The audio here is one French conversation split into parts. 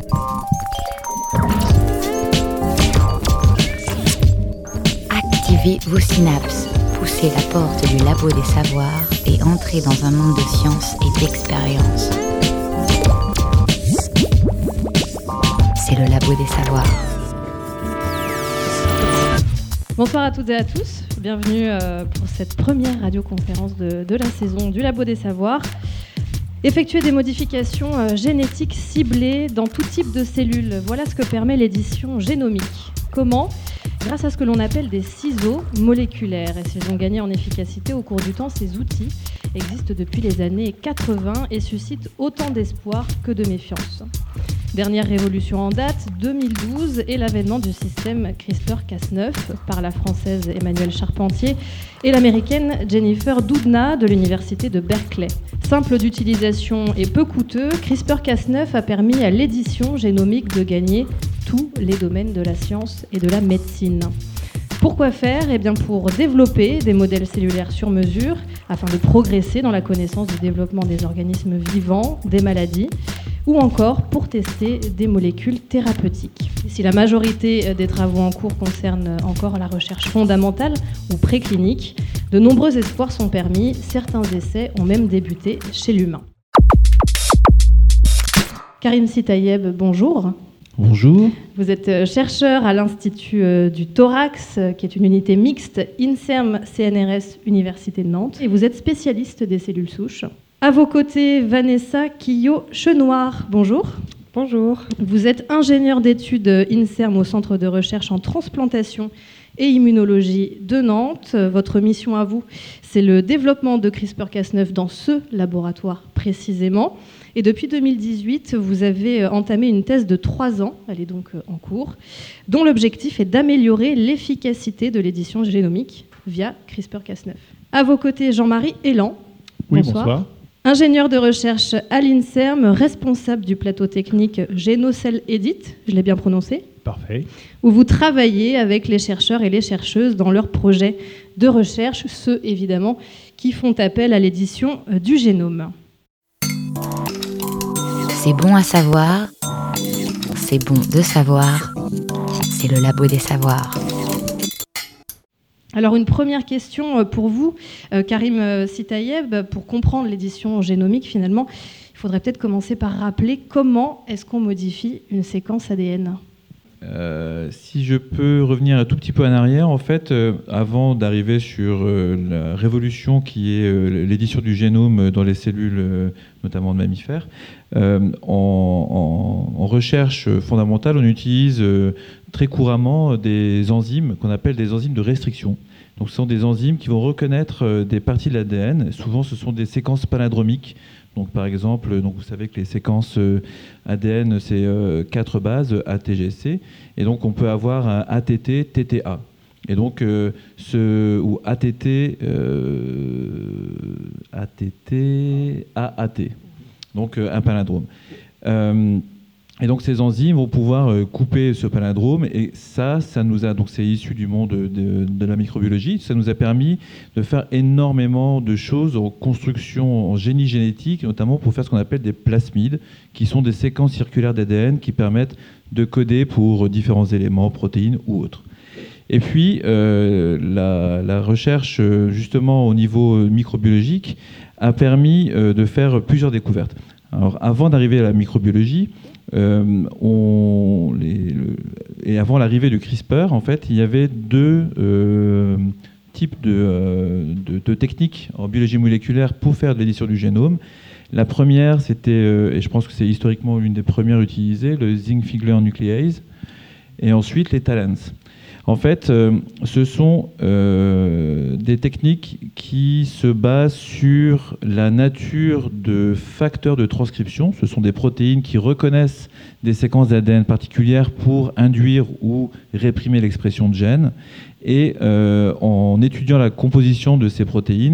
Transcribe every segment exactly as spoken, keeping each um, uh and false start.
Activez vos synapses, poussez la porte du labo des savoirs et entrez dans un monde de science et d'expérience. C'est le labo des savoirs. Bonsoir à toutes et à tous, bienvenue euh, pour cette première radioconférence de, de la saison du Labo des Savoirs. Effectuer des modifications euh, génétiques ciblées dans tout type de cellules, voilà ce que permet l'édition génomique. Comment ? Grâce à ce que l'on appelle des ciseaux moléculaires. Et s'ils ont gagné en efficacité au cours du temps, ces outils existent depuis les années quatre-vingts et suscitent autant d'espoir que de méfiance. Dernière révolution en date, deux mille douze, et l'avènement du système CRISPR Cas neuf par la française Emmanuelle Charpentier et l'américaine Jennifer Doudna de l'université de Berkeley. Simple d'utilisation et peu coûteux, CRISPR Cas neuf a permis à l'édition génomique de gagner tous les domaines de la science et de la médecine. Pourquoi faire ? Eh bien pour développer des modèles cellulaires sur mesure afin de progresser dans la connaissance du développement des organismes vivants, des maladies, ou encore pour tester des molécules thérapeutiques. Et si la majorité des travaux en cours concernent encore la recherche fondamentale ou préclinique, de nombreux espoirs sont permis, certains essais ont même débuté chez l'humain. Karim Sitayeb, bonjour. Bonjour. Vous êtes chercheur à l'Institut du Thorax, qui est une unité mixte INSERM C N R S Université de Nantes, et vous êtes spécialiste des cellules souches. À vos côtés, Vanessa Quillot-Chenoir, bonjour. Bonjour. Vous êtes ingénieure d'études INSERM au Centre de recherche en transplantation et immunologie de Nantes. Votre mission à vous, c'est le développement de CRISPR Cas neuf dans ce laboratoire précisément. Et depuis deux mille dix-huit, vous avez entamé une thèse de trois ans, elle est donc en cours, dont l'objectif est d'améliorer l'efficacité de l'édition génomique via CRISPR Cas neuf. À vos côtés, Jean-Marie Elan. Oui, bonsoir. bonsoir. Ingénieur de recherche à l'INSERM, responsable du plateau technique GenoCell Edit, je l'ai bien prononcé. Parfait. Où vous travaillez avec les chercheurs et les chercheuses dans leurs projets de recherche, ceux évidemment qui font appel à l'édition du génome. C'est bon à savoir, c'est bon de savoir, c'est le labo des savoirs. Alors une première question pour vous, euh, Karim Sitayeb, pour comprendre l'édition génomique finalement, il faudrait peut-être commencer par rappeler comment est-ce qu'on modifie une séquence A D N. Euh, si je peux revenir un tout petit peu en arrière, en fait, euh, avant d'arriver sur euh, la révolution qui est euh, l'édition du génome dans les cellules, euh, notamment de mammifères, euh, en, en, en recherche fondamentale, on utilise euh, très couramment des enzymes qu'on appelle des enzymes de restriction. Donc, ce sont des enzymes qui vont reconnaître euh, des parties de l'A D N. Souvent, ce sont des séquences palindromiques. Donc, par exemple, donc vous savez que les séquences euh, A D N, c'est euh, quatre bases, A, T, G, C. Et donc, on peut avoir un A T T, T T A. Et donc, euh, ce, ou A T T, euh, A T T, A A T. Donc, euh, un palindrome. Euh, et donc, ces enzymes vont pouvoir euh, couper ce palindrome. Et ça, ça nous a, donc c'est issu du monde de, de, de la microbiologie. Ça nous a permis de faire énormément de choses en construction, en génie génétique, notamment pour faire ce qu'on appelle des plasmides, qui sont des séquences circulaires d'A D N qui permettent de coder pour différents éléments, protéines ou autres. Et puis, euh, la, la recherche, justement, au niveau microbiologique, a permis euh, de faire plusieurs découvertes. Alors, avant d'arriver à la microbiologie, euh, on, les, le, et avant l'arrivée du CRISPR, en fait, il y avait deux euh, types de, euh, de, de techniques en biologie moléculaire pour faire de l'édition du génome. La première, c'était, euh, et je pense que c'est historiquement l'une des premières utilisées, le Zinc-Finger nuclease, et ensuite les TALENs. En fait, euh, ce sont euh, des techniques qui se basent sur la nature de facteurs de transcription. Ce sont des protéines qui reconnaissent des séquences d'A D N particulières pour induire ou réprimer l'expression de gènes. Et euh, en étudiant la composition de ces protéines,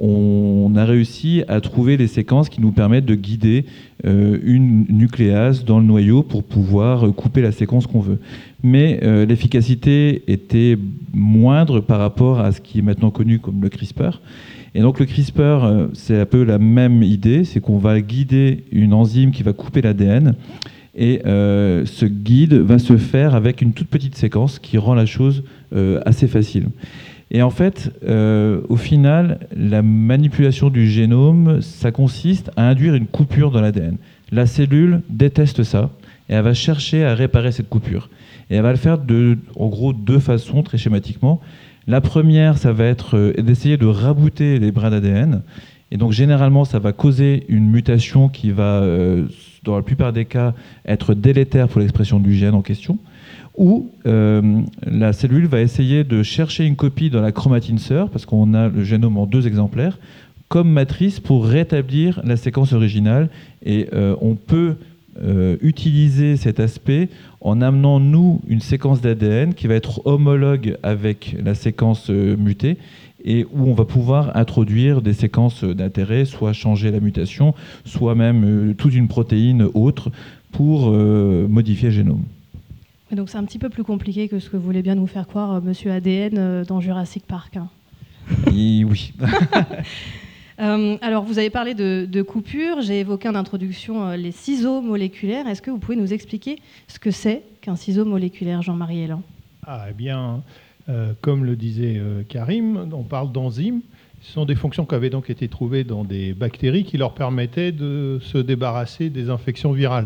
on a réussi à trouver les séquences qui nous permettent de guider euh, une nucléase dans le noyau pour pouvoir couper la séquence qu'on veut. Mais euh, l'efficacité était moindre par rapport à ce qui est maintenant connu comme le CRISPR. Et donc le CRISPR, euh, c'est un peu la même idée, c'est qu'on va guider une enzyme qui va couper l'A D N. Et euh, ce guide va se faire avec une toute petite séquence qui rend la chose euh, assez facile. Et en fait, euh, au final, la manipulation du génome, ça consiste à induire une coupure dans l'A D N. La cellule déteste ça, et elle va chercher à réparer cette coupure. Et elle va le faire de, en gros, deux façons, très schématiquement. La première, ça va être euh, d'essayer de rabooter les brins d'A D N. Et donc, généralement, ça va causer une mutation qui va, euh, dans la plupart des cas, être délétère pour l'expression du gène en question. Ou euh, la cellule va essayer de chercher une copie dans la chromatine sœur, parce qu'on a le génome en deux exemplaires, comme matrice pour rétablir la séquence originale. Et euh, on peut euh, utiliser cet aspect en amenant, nous, une séquence d'A D N qui va être homologue avec la séquence euh, mutée, et où on va pouvoir introduire des séquences d'intérêt, soit changer la mutation, soit même euh, toute une protéine autre pour euh, modifier le génome. Et donc c'est un petit peu plus compliqué que ce que voulait bien nous faire croire euh, Monsieur A D N euh, dans Jurassic Park. Hein. Et oui. euh, alors vous avez parlé de, de coupure, j'ai évoqué en introduction euh, les ciseaux moléculaires. Est-ce que vous pouvez nous expliquer ce que c'est qu'un ciseau moléculaire, Jean-Marie Hélan ? Ah, eh bien, euh, comme le disait euh, Karim, on parle d'enzymes. Ce sont des fonctions qui avaient donc été trouvées dans des bactéries qui leur permettaient de se débarrasser des infections virales.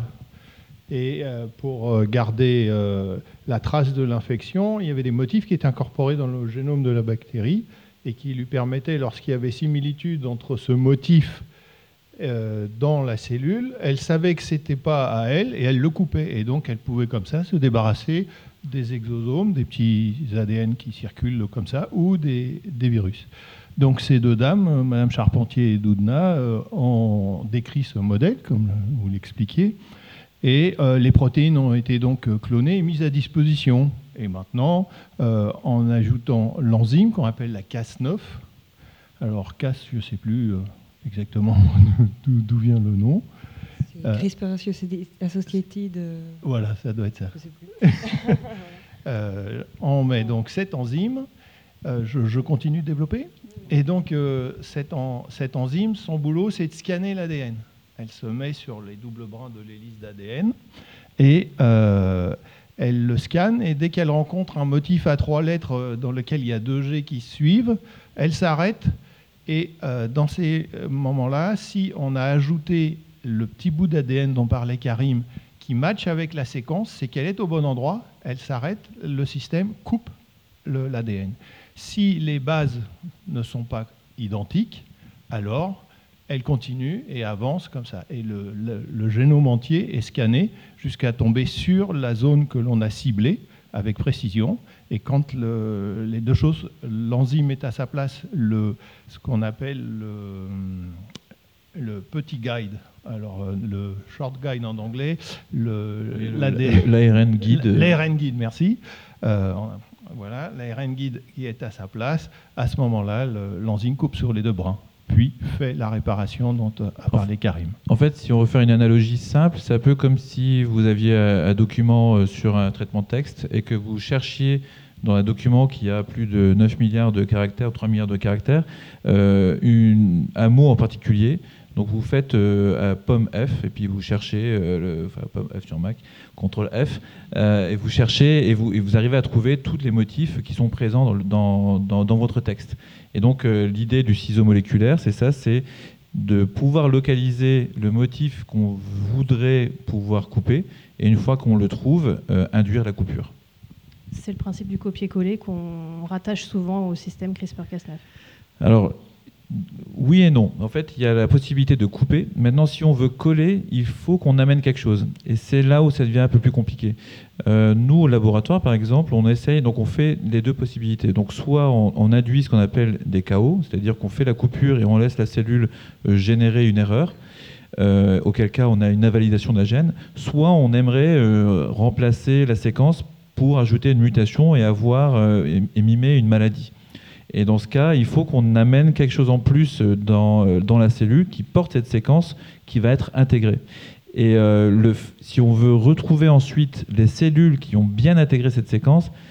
Et euh, pour garder euh, la trace de l'infection, il y avait des motifs qui étaient incorporés dans le génome de la bactérie et qui lui permettaient, lorsqu'il y avait similitude entre ce motif euh, dans la cellule, elle savait que ce n'était pas à elle et elle le coupait. Et donc elle pouvait comme ça se débarrasser des exosomes, des petits A D N qui circulent comme ça, ou des, des virus. Donc ces deux dames, Mme Charpentier et Doudna, euh, ont décrit ce modèle, comme vous l'expliquiez. Et euh, les protéines ont été donc clonées et mises à disposition. Et maintenant, euh, en ajoutant l'enzyme qu'on appelle la C A S neuf, alors C A S, je ne sais plus euh, exactement d'où vient le nom. C'est euh, CRISPR-associated. Euh... Voilà, ça doit être ça. Je sais plus. euh, on met donc cette enzyme. Euh, je, je continue de développer. Et donc, euh, cette, en, cette enzyme, son boulot, c'est de scanner l'A D N. Elle se met sur les doubles brins de l'hélice d'A D N et euh, elle le scanne. Et dès qu'elle rencontre un motif à trois lettres dans lequel il y a deux G qui suivent, elle s'arrête. Et euh, dans ces moments-là, si on a ajouté le petit bout d'A D N dont parlait Karim qui matche avec la séquence, c'est qu'elle est au bon endroit. Elle s'arrête, le système coupe l'A D N. Si les bases ne sont pas identiques, alors elle continue et avance comme ça. Et le, le, le génome entier est scanné jusqu'à tomber sur la zone que l'on a ciblée avec précision. Et quand le, les deux choses, l'enzyme est à sa place, le, ce qu'on appelle le, le petit guide, alors le short guide en anglais, l'A R N guide. L'A R N guide, merci. Euh, voilà, l'A R N guide qui est à sa place. À ce moment-là, l'enzyme coupe sur les deux brins, puis fait la réparation dont a parlé Karim. En fait, si on veut faire une analogie simple, c'est un peu comme si vous aviez un document sur un traitement de texte et que vous cherchiez dans un document qui a plus de neuf milliards de caractères, trois milliards de caractères, euh, une, un mot en particulier. Donc vous faites euh, pomme F et puis vous cherchez, euh, le, enfin pomme F sur Mac, contrôle F, euh, et vous cherchez et vous, et vous arrivez à trouver tous les motifs qui sont présents dans, dans, dans, dans votre texte. Et donc euh, l'idée du ciseau moléculaire, c'est ça, c'est de pouvoir localiser le motif qu'on voudrait pouvoir couper et une fois qu'on le trouve, euh, induire la coupure. C'est le principe du copier-coller qu'on rattache souvent au système CRISPR Cas neuf. Alors, oui et non. En fait, il y a la possibilité de couper. Maintenant, si on veut coller, il faut qu'on amène quelque chose. Et c'est là où ça devient un peu plus compliqué. Euh, nous, au laboratoire, par exemple, on essaye, donc on fait les deux possibilités. Donc, soit on, on induit ce qu'on appelle des K O, c'est-à-dire qu'on fait la coupure et on laisse la cellule euh, générer une erreur, euh, auquel cas on a une invalidation d'un gène. Soit on aimerait euh, remplacer la séquence pour ajouter une mutation et avoir euh, et, et mimer une maladie. Et dans ce cas, il faut qu'on amène quelque chose en plus dans, dans la cellule qui porte cette séquence qui va être intégrée. Et euh, le, si on veut retrouver ensuite les cellules qui ont bien intégré cette séquence,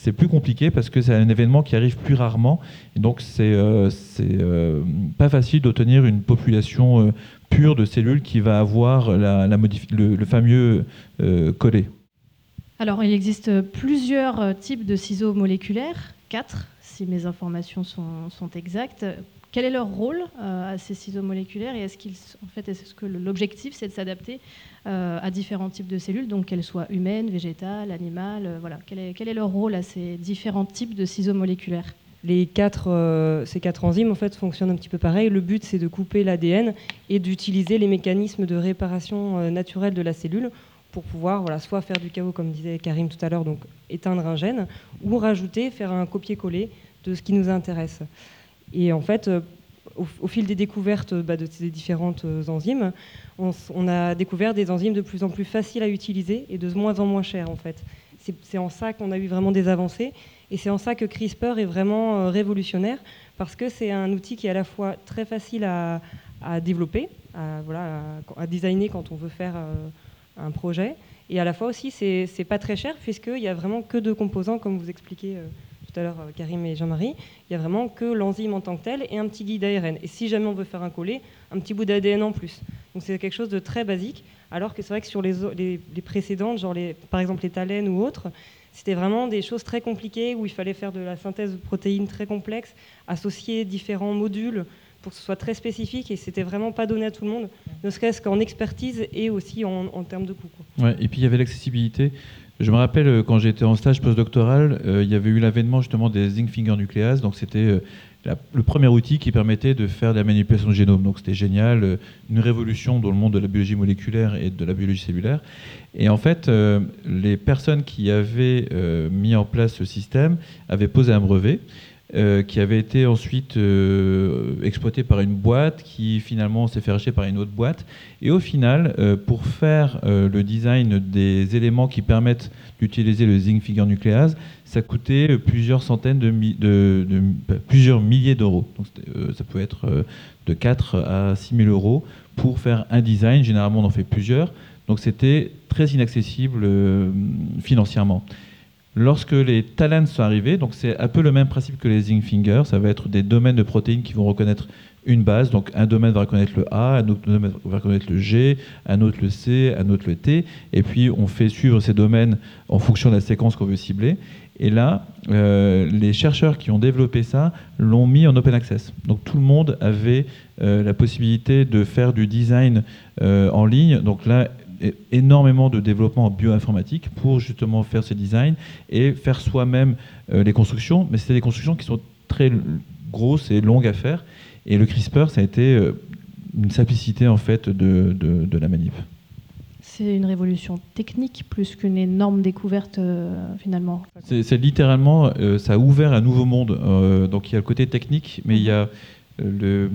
c'est plus compliqué parce que c'est un événement qui arrive plus rarement. Et donc, c'est, euh, c'est euh, pas facile d'obtenir une population euh, pure de cellules qui va avoir la, la modif- le, le fameux euh, collé. Alors, il existe plusieurs types de ciseaux moléculaires, quatre, si mes informations sont, sont exactes. Quel est leur rôle euh, à ces ciseaux moléculaires et est-ce, qu'ils, en fait, est-ce que l'objectif, c'est de s'adapter euh, à différents types de cellules, donc qu'elles soient humaines, végétales, animales, euh, voilà. Quel est, quel est leur rôle à ces différents types de ciseaux moléculaires ? Les quatre, euh, ces quatre enzymes en fait, fonctionnent un petit peu pareil. Le but, c'est de couper l'A D N et d'utiliser les mécanismes de réparation euh, naturelle de la cellule pour pouvoir voilà, soit faire du chaos, comme disait Karim tout à l'heure, donc éteindre un gène, ou rajouter, faire un copier-coller de ce qui nous intéresse. Et en fait, euh, au, au fil des découvertes bah, de ces différentes euh, enzymes, on, on a découvert des enzymes de plus en plus faciles à utiliser et de moins en moins chères, en fait. C'est, c'est en ça qu'on a eu vraiment des avancées. Et c'est en ça que CRISPR est vraiment euh, révolutionnaire, parce que c'est un outil qui est à la fois très facile à, à développer, à, voilà, à, à designer quand on veut faire euh, un projet, et à la fois aussi, c'est, c'est pas très cher, puisqu'il n'y a vraiment que deux composants, comme vous expliquez euh, tout à l'heure, Karim et Jean-Marie, il n'y a vraiment que l'enzyme en tant que telle et un petit guide A R N. Et si jamais on veut faire un collé, un petit bout d'A D N en plus. Donc c'est quelque chose de très basique, alors que c'est vrai que sur les, les, les précédentes, genre les, par exemple les thalènes ou autres, c'était vraiment des choses très compliquées où il fallait faire de la synthèse de protéines très complexes, associer différents modules pour que ce soit très spécifique, et c'était vraiment pas donné à tout le monde, ne serait-ce qu'en expertise et aussi en, en termes de coût, quoi. Ouais, et puis il y avait l'accessibilité. Je me rappelle quand j'étais en stage postdoctoral, euh, il y avait eu l'avènement justement des zinc finger nucléases, donc c'était euh, la, le premier outil qui permettait de faire de la manipulation de génome. Donc c'était génial, euh, une révolution dans le monde de la biologie moléculaire et de la biologie cellulaire. Et en fait, euh, les personnes qui avaient euh, mis en place ce système avaient posé un brevet euh, qui avait été ensuite euh, exploité par une boîte qui finalement s'est fait racheter par une autre boîte. Et au final, euh, pour faire euh, le design des éléments qui permettent d'utiliser le zinc finger nucléase, ça coûtait plusieurs centaines de, mi- de, de, de plusieurs milliers d'euros. Donc euh, ça peut être euh, de quatre à six mille euros pour faire un design. Généralement, on en fait plusieurs. Donc c'était très inaccessible euh, financièrement. Lorsque les talents sont arrivés, donc c'est un peu le même principe que les zinc finger, ça va être des domaines de protéines qui vont reconnaître une base. Donc un domaine va reconnaître le A, un autre domaine va reconnaître le G, un autre le C, un autre le T, et puis on fait suivre ces domaines en fonction de la séquence qu'on veut cibler. Et là, euh, les chercheurs qui ont développé ça l'ont mis en open access. Donc tout le monde avait euh, la possibilité de faire du design euh, en ligne. Donc là, énormément de développement en bioinformatique pour justement faire ces designs et faire soi-même euh, les constructions. Mais c'était des constructions qui sont très grosses et longues à faire. Et le CRISPR, ça a été euh, une simplicité en fait de, de, de la manip. C'est une révolution technique plus qu'une énorme découverte euh, finalement. C'est, c'est littéralement, euh, ça a ouvert un nouveau monde. Euh, donc il y a le côté technique, mais il y a euh, le...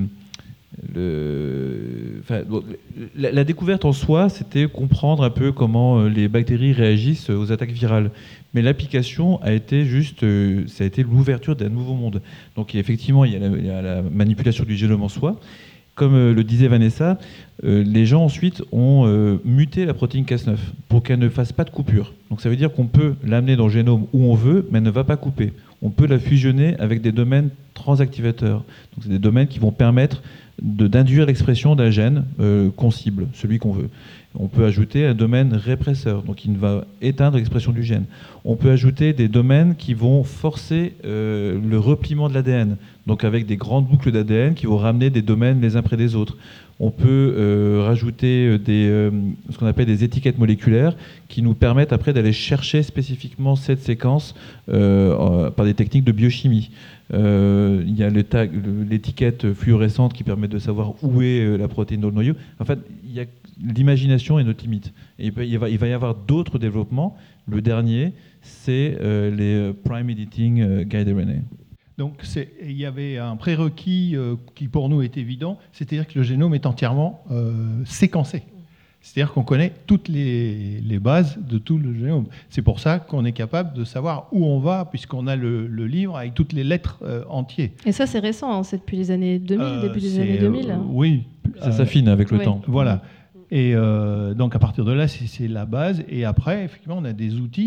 Le, enfin, la, la découverte en soi, c'était comprendre un peu comment les bactéries réagissent aux attaques virales. Mais l'application a été juste, ça a été l'ouverture d'un nouveau monde. Donc effectivement, il y a la, il y a la manipulation du génome en soi. Comme le disait Vanessa, euh, les gens ensuite ont euh, muté la protéine Cas neuf pour qu'elle ne fasse pas de coupure. Donc ça veut dire qu'on peut l'amener dans le génome où on veut, mais elle ne va pas couper. On peut la fusionner avec des domaines transactivateurs. Donc c'est des domaines qui vont permettre de, d'induire l'expression d'un gène euh, qu'on cible, celui qu'on veut. On peut ajouter un domaine répresseur, donc il va éteindre l'expression du gène. On peut ajouter des domaines qui vont forcer euh, le repliement de l'A D N, donc avec des grandes boucles d'A D N qui vont ramener des domaines les uns près des autres. On peut euh, rajouter des, euh, ce qu'on appelle des étiquettes moléculaires qui nous permettent après d'aller chercher spécifiquement cette séquence euh, par des techniques de biochimie. Euh, il y a le tag, le, l'étiquette fluorescente qui permet de savoir où est la protéine dans le noyau. En fait, il y a, l'imagination est notre limite. Et il, peut, il, va, il va y avoir d'autres développements. Le dernier, c'est euh, les Prime Editing euh, Guide R N A. Donc c'est, il y avait un prérequis euh, qui pour nous est évident, c'est-à-dire que le génome est entièrement euh, séquencé. C'est-à-dire qu'on connaît toutes les, les bases de tout le génome. C'est pour ça qu'on est capable de savoir où on va, puisqu'on a le, le livre avec toutes les lettres euh, entières. Et ça, c'est récent, hein, c'est depuis les années deux mille, euh, début des années deux mille. Euh, oui. Ça euh, s'affine avec le oui. temps. Voilà. Et euh, donc à partir de là, c'est, c'est la base. Et après, effectivement, on a des outils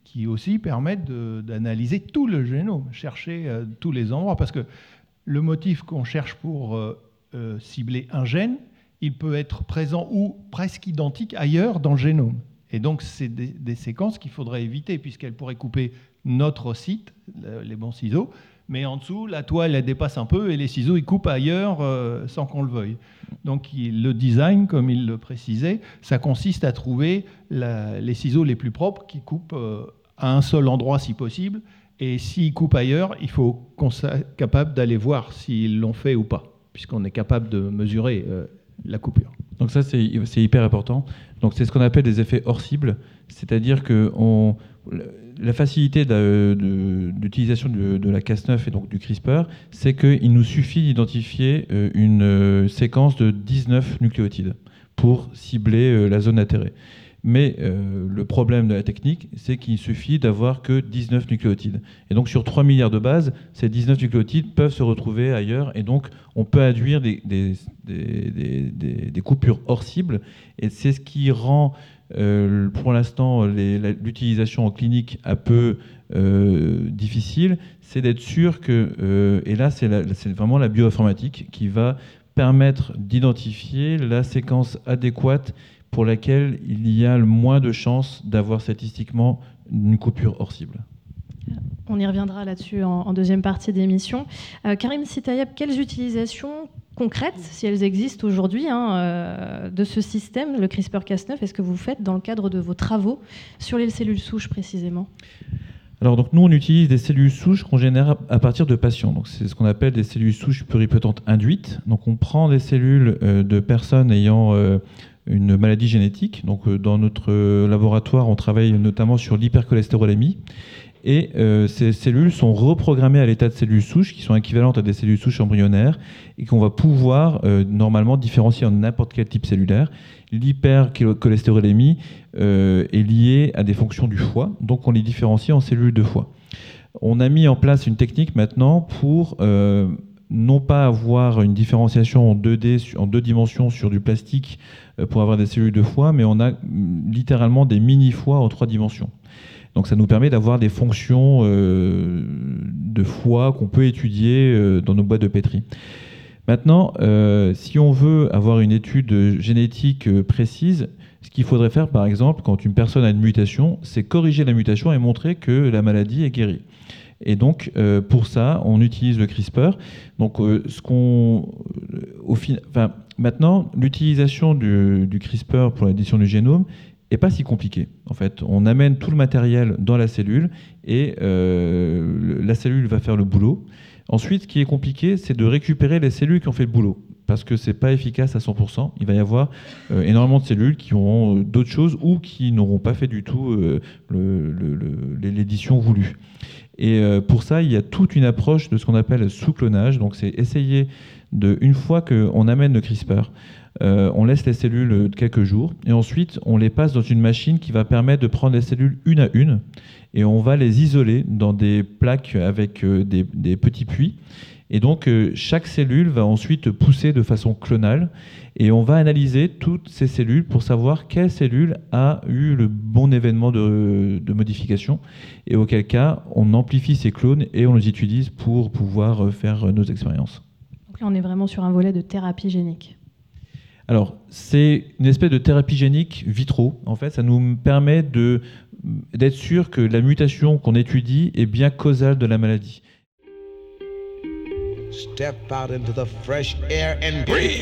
qui aussi permettent de, d'analyser tout le génome, chercher euh, tous les endroits. Parce que le motif qu'on cherche pour euh, euh, cibler un gène, il peut être présent ou presque identique ailleurs dans le génome. Et donc, c'est des, des séquences qu'il faudrait éviter, puisqu'elles pourraient couper notre site, les bons ciseaux, mais en dessous, la toile, elle dépasse un peu, et les ciseaux, ils coupent ailleurs euh, sans qu'on le veuille. Donc, il, le design, comme il le précisait, ça consiste à trouver la, les ciseaux les plus propres qui coupent euh, à un seul endroit, si possible, et s'ils coupent ailleurs, il faut qu'on soit capable d'aller voir s'ils l'ont fait ou pas, puisqu'on est capable de mesurer euh, la coupure. Donc ça, c'est, c'est hyper important. Donc c'est ce qu'on appelle des effets hors cible, c'est-à-dire que on, la facilité de, de, d'utilisation de, de la Cas neuf et donc du CRISPR, c'est qu'il nous suffit d'identifier une séquence de dix-neuf nucléotides pour cibler la zone d'intérêt. Mais euh, le problème de la technique, c'est qu'il suffit d'avoir que dix-neuf nucléotides. Et donc sur trois milliards de bases, ces dix-neuf nucléotides peuvent se retrouver ailleurs, et donc on peut induire des, des, des, des, des, des coupures hors cible, et c'est ce qui rend euh, pour l'instant les, la, l'utilisation en clinique un peu euh, difficile, c'est d'être sûr que, euh, et là c'est, la, c'est vraiment la bioinformatique qui va permettre d'identifier la séquence adéquate pour laquelle il y a le moins de chances d'avoir statistiquement une coupure hors cible. On y reviendra là-dessus en, en deuxième partie d'émission. Euh, Karim Sitayeb, quelles utilisations concrètes, si elles existent aujourd'hui, hein, euh, de ce système, le CRISPR Cas neuf, est-ce que vous faites dans le cadre de vos travaux sur les cellules souches précisément ? Alors donc nous on utilise des cellules souches qu'on génère à partir de patients. Donc c'est ce qu'on appelle des cellules souches pluripotentes induites. Donc on prend des cellules euh, de personnes ayant euh, une maladie génétique. Donc euh, dans notre euh, laboratoire on travaille notamment sur l'hypercholestérolémie. Et euh, ces cellules sont reprogrammées à l'état de cellules souches qui sont équivalentes à des cellules souches embryonnaires et qu'on va pouvoir euh, normalement différencier en n'importe quel type cellulaire. L'hypercholestérolémie euh, est liée à des fonctions du foie, donc on les différencie en cellules de foie. On a mis en place une technique maintenant pour euh, non pas avoir une différenciation en deux D, en deux dimensions sur du plastique euh, pour avoir des cellules de foie, mais on a littéralement des mini-foies en trois dimensions. Donc ça nous permet d'avoir des fonctions euh, de foie qu'on peut étudier euh, dans nos boîtes de pétri. Maintenant, euh, si on veut avoir une étude génétique euh, précise, ce qu'il faudrait faire, par exemple, quand une personne a une mutation, c'est corriger la mutation et montrer que la maladie est guérie. Et donc, euh, pour ça, on utilise le CRISPR. Donc, euh, ce qu'on, au fin, enfin, maintenant, l'utilisation du, du CRISPR pour l'édition du génome n'est pas si compliqué. En fait, on amène tout le matériel dans la cellule et euh, la cellule va faire le boulot. Ensuite, ce qui est compliqué, c'est de récupérer les cellules qui ont fait le boulot, parce que ce n'est pas efficace à cent pour cent. Il va y avoir euh, énormément de cellules qui auront euh, d'autres choses ou qui n'auront pas fait du tout euh, le, le, le, l'édition voulue. Et euh, pour ça, il y a toute une approche de ce qu'on appelle sous-clonage. Donc, c'est essayer, de, une fois qu'on amène le CRISPR, Euh, on laisse les cellules quelques jours et ensuite on les passe dans une machine qui va permettre de prendre les cellules une à une et on va les isoler dans des plaques avec euh, des, des petits puits. Et donc euh, chaque cellule va ensuite pousser de façon clonale et on va analyser toutes ces cellules pour savoir quelle cellule a eu le bon événement de, de modification et auquel cas on amplifie ces clones et on les utilise pour pouvoir faire nos expériences. Donc là on est vraiment sur un volet de thérapie génique. Alors, c'est une espèce de thérapie génique vitro. En fait, ça nous permet de, d'être sûr que la mutation qu'on étudie est bien causale de la maladie. Step out into the fresh air and breathe.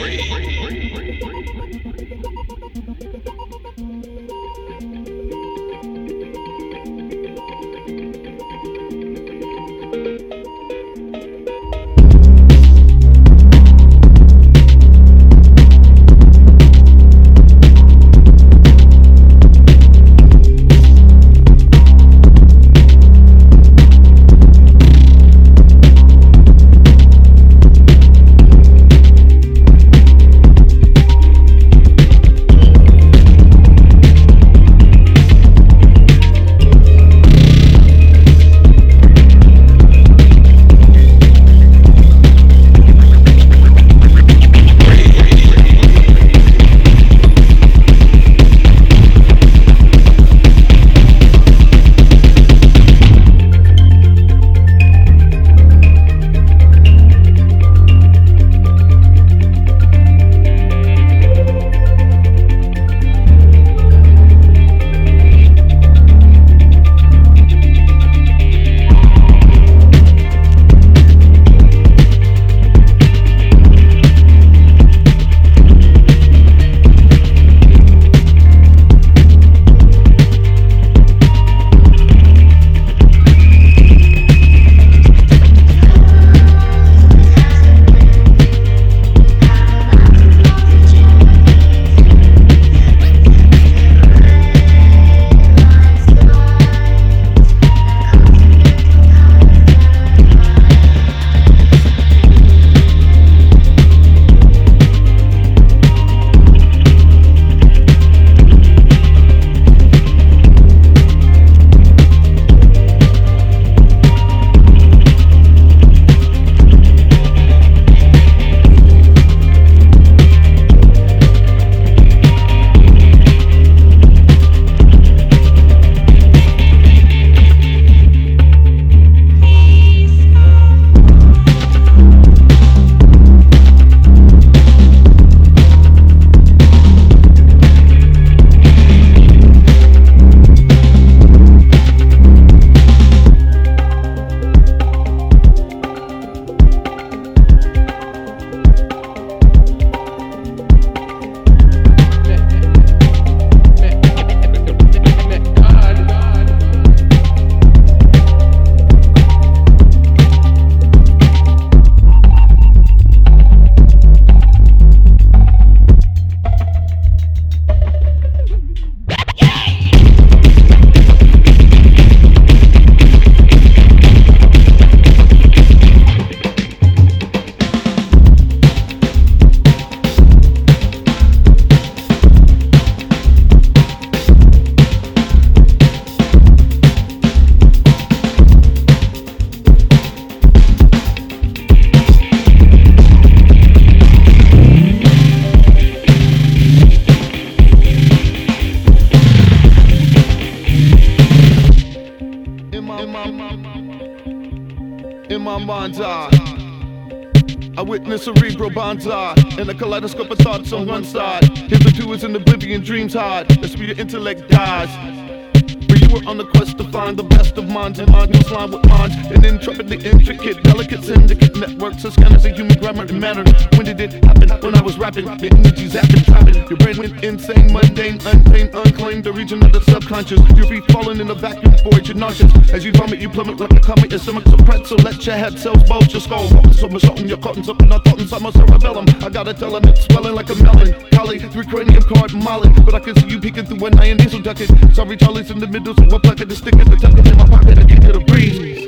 my mind's eye. I witness cerebral bonsai and a kaleidoscope of thoughts on one side. Hitherto is in oblivion, dreams hide. That's where your intellect dies. For you were on the quest to find the best of minds and minds must line with minds. And intrepidly intricate, delicate syndicate networks as scanners of human grammar and manner. When did it happen? When I was rapping, the energy zapping, trapping. Your brain went insane, mundane, untamed, unclaimed. The region of the subconscious. Your feet falling in a vacuum void, you're nauseous. As you vomit, you plummet like a comet. Your stomach's a pretzel, let your head cells bulge your skull. So much something, you're caught in something I thought inside my cerebellum. I gotta tell him it's swelling like a melon. Collie, three cranium card molly. But I can see you peeking through an iron diesel ducket. Sorry, Charlie's in the middle, so what bucket to stick it, to tuck it in my pocket and get to the breeze.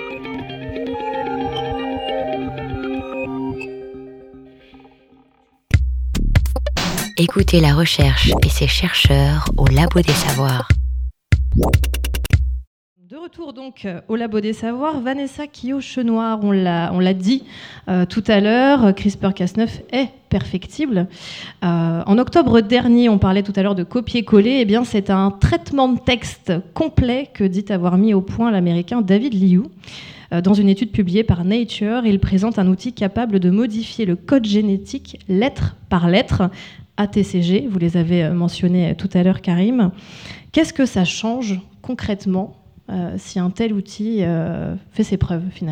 Écoutez La Recherche et ses chercheurs au Labo des Savoirs. De retour donc au Labo des Savoirs, Vanessa Quillot-Chenoir, on l'a, on l'a dit euh, tout à l'heure, CRISPR Cas neuf est perfectible. Euh, en octobre dernier, on parlait tout à l'heure de copier-coller, eh bien c'est un traitement de texte complet que dit avoir mis au point l'Américain David Liu. Euh, dans une étude publiée par Nature, il présente un outil capable de modifier le code génétique lettre par lettre, A T C G, vous les avez mentionnés tout à l'heure, Karim. Qu'est-ce que ça change concrètement euh, si un tel outil euh, fait ses preuves finalement ?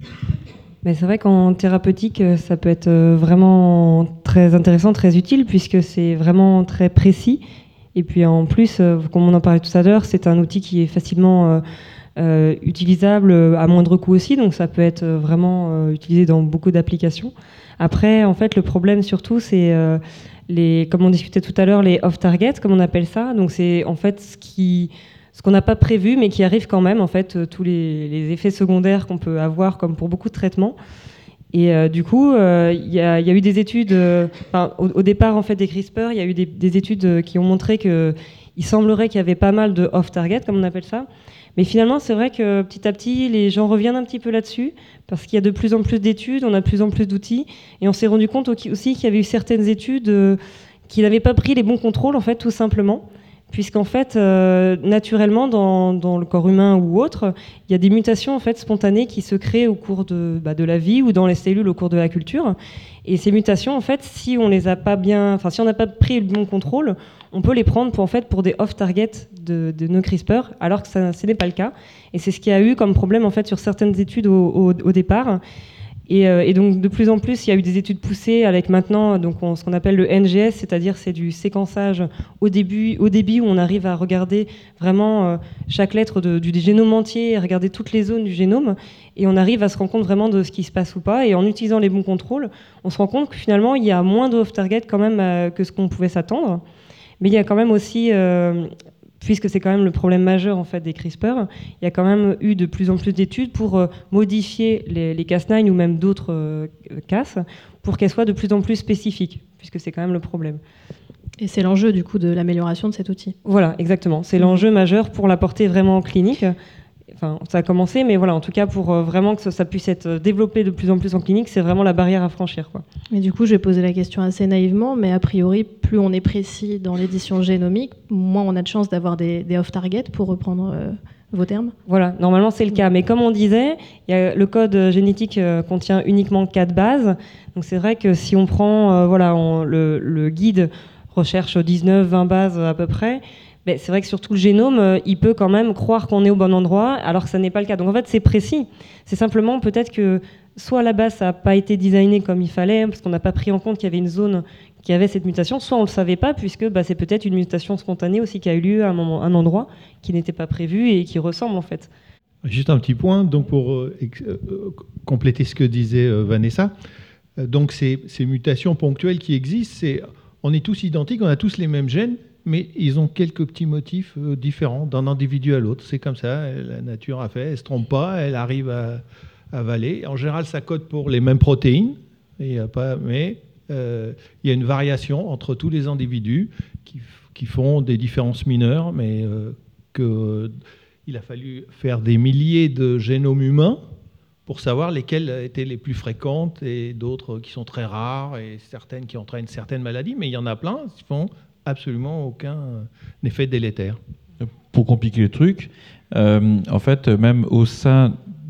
Mais c'est vrai qu'en thérapeutique, ça peut être vraiment très intéressant, très utile, puisque c'est vraiment très précis. Et puis en plus, comme on en parlait tout à l'heure, c'est un outil qui est facilement euh, euh, utilisable à moindre coût aussi, donc ça peut être vraiment euh, utilisé dans beaucoup d'applications. Après, en fait, le problème surtout, c'est euh, les, comme on discutait tout à l'heure, les off-target, comme on appelle ça. Donc c'est en fait ce qui, ce qu'on n'a pas prévu, mais qui arrive quand même. En fait, tous les, les effets secondaires qu'on peut avoir, comme pour beaucoup de traitements. Et euh, du coup, il euh, y, y a eu des études. Euh, au, au départ, en fait, des CRISPR, il y a eu des, des études qui ont montré que il semblerait qu'il y avait pas mal de off-target, comme on appelle ça. Mais finalement, c'est vrai que petit à petit, les gens reviennent un petit peu là-dessus, parce qu'il y a de plus en plus d'études, on a de plus en plus d'outils, et on s'est rendu compte aussi qu'il y avait eu certaines études euh, qui n'avaient pas pris les bons contrôles, en fait, tout simplement, puisqu'en fait, euh, naturellement, dans, dans le corps humain ou autre, il y a des mutations en fait spontanées qui se créent au cours de, bah, de la vie ou dans les cellules au cours de la culture. Et ces mutations, en fait, si on les a pas bien, enfin, si on n'a pas pris le bon contrôle, on peut les prendre pour, en fait, pour des off-target de, de nos CRISPR, alors que ça, ce n'est pas le cas. Et c'est ce qu'il y a eu comme problème en fait sur certaines études au, au, au départ. Et, euh, et donc de plus en plus, il y a eu des études poussées avec maintenant donc on, ce qu'on appelle le N G S, c'est-à-dire c'est du séquençage au début, au débit où on arrive à regarder vraiment euh, chaque lettre de, du génome entier, à regarder toutes les zones du génome, et on arrive à se rendre compte vraiment de ce qui se passe ou pas. Et en utilisant les bons contrôles, on se rend compte que finalement il y a moins de off-target quand même euh, que ce qu'on pouvait s'attendre. Mais il y a quand même aussi euh, puisque c'est quand même le problème majeur en fait des CRISPR, il y a quand même eu de plus en plus d'études pour euh, modifier les, les Cas neuf ou même d'autres euh, Cas pour qu'elles soient de plus en plus spécifiques, puisque c'est quand même le problème. Et c'est l'enjeu du coup de l'amélioration de cet outil. Voilà, exactement. C'est mmh. l'enjeu majeur pour la porter vraiment en clinique. Enfin, ça a commencé, mais voilà, en tout cas, pour euh, vraiment que ça, ça puisse être développé de plus en plus en clinique, c'est vraiment la barrière à franchir, quoi. Et du coup, je vais poser la question assez naïvement, mais a priori, plus on est précis dans l'édition génomique, moins on a de chances d'avoir des, des off-target, pour reprendre euh, vos termes. Voilà, normalement, c'est le cas. Mais comme on disait, y a, le code génétique euh, contient uniquement quatre bases. Donc c'est vrai que si on prend, euh, voilà, on, le, le guide recherche dix-neuf vingt bases à peu près, ben, c'est vrai que sur tout le génome, euh, il peut quand même croire qu'on est au bon endroit, alors que ça n'est pas le cas. Donc en fait, c'est précis. C'est simplement peut-être que soit à la base, ça n'a pas été designé comme il fallait, parce qu'on n'a pas pris en compte qu'il y avait une zone qui avait cette mutation, soit on ne le savait pas, puisque bah, c'est peut-être une mutation spontanée aussi qui a eu lieu à un, moment, un endroit qui n'était pas prévu et qui ressemble en fait. Juste un petit point, donc pour euh, ex- euh, compléter ce que disait euh, Vanessa, euh, donc ces, ces mutations ponctuelles qui existent, c'est, on est tous identiques, on a tous les mêmes gènes, mais ils ont quelques petits motifs euh, différents d'un individu à l'autre. C'est comme ça, la nature a fait, elle ne se trompe pas, elle arrive à, à avaler. En général, ça code pour les mêmes protéines, et y a pas, mais euh, il y a une variation entre tous les individus qui, qui font des différences mineures, mais euh, que, il a fallu faire des milliers de génomes humains pour savoir lesquelles étaient les plus fréquentes et d'autres qui sont très rares et certaines qui entraînent certaines maladies, mais il y en a plein qui font absolument aucun effet délétère. Pour compliquer le truc, euh, en fait, même au sein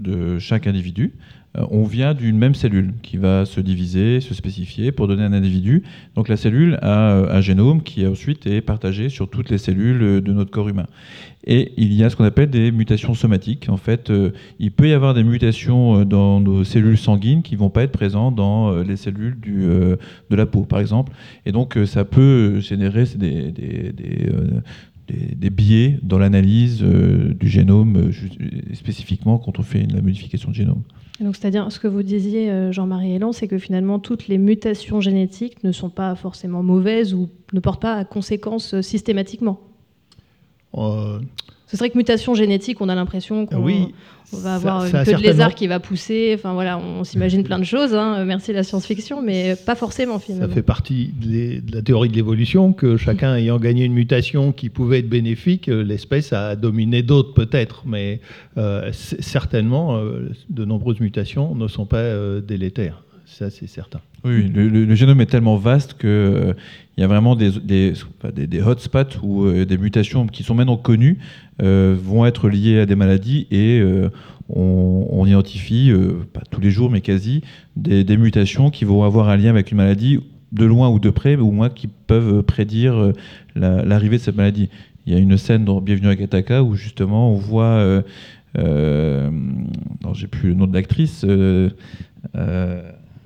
de chaque individu, euh, on vient d'une même cellule qui va se diviser, se spécifier pour donner un individu. Donc la cellule a un génome qui ensuite est partagé sur toutes les cellules de notre corps humain. Et il y a ce qu'on appelle des mutations somatiques. En fait, euh, il peut y avoir des mutations dans nos cellules sanguines qui ne vont pas être présentes dans euh, les cellules du, euh, de la peau, par exemple. Et donc, euh, ça peut générer des, des, des, euh, des, des biais dans l'analyse euh, du génome, euh, spécifiquement quand on fait une, la modification de génome. Donc, c'est-à-dire, ce que vous disiez, euh, Jean-Marie Elan, c'est que finalement, toutes les mutations génétiques ne sont pas forcément mauvaises ou ne portent pas à conséquences euh, systématiquement. Euh, Ce serait que mutation génétique, on a l'impression qu'on oui, on va avoir ça, une ça queue de certainement... lézard qui va pousser. Enfin voilà, on, on s'imagine plein de choses. Hein, merci la science-fiction, mais pas forcément finalement. Ça fait partie de, les, de la théorie de l'évolution que chacun ayant gagné une mutation qui pouvait être bénéfique, l'espèce a dominé d'autres peut-être, mais euh, certainement euh, de nombreuses mutations ne sont pas euh, délétères. Ça, c'est certain. Oui, le, le, le génome est tellement vaste qu'il euh, y a vraiment des, des, des, des hotspots où euh, des mutations qui sont maintenant connues euh, vont être liées à des maladies et euh, on, on identifie, euh, pas tous les jours mais quasi, des, des mutations qui vont avoir un lien avec une maladie de loin ou de près, ou moins qui peuvent prédire euh, la, l'arrivée de cette maladie. Il y a une scène dans Bienvenue à Gattaca où justement on voit, euh, euh, non, j'ai plus le nom de l'actrice, euh, euh,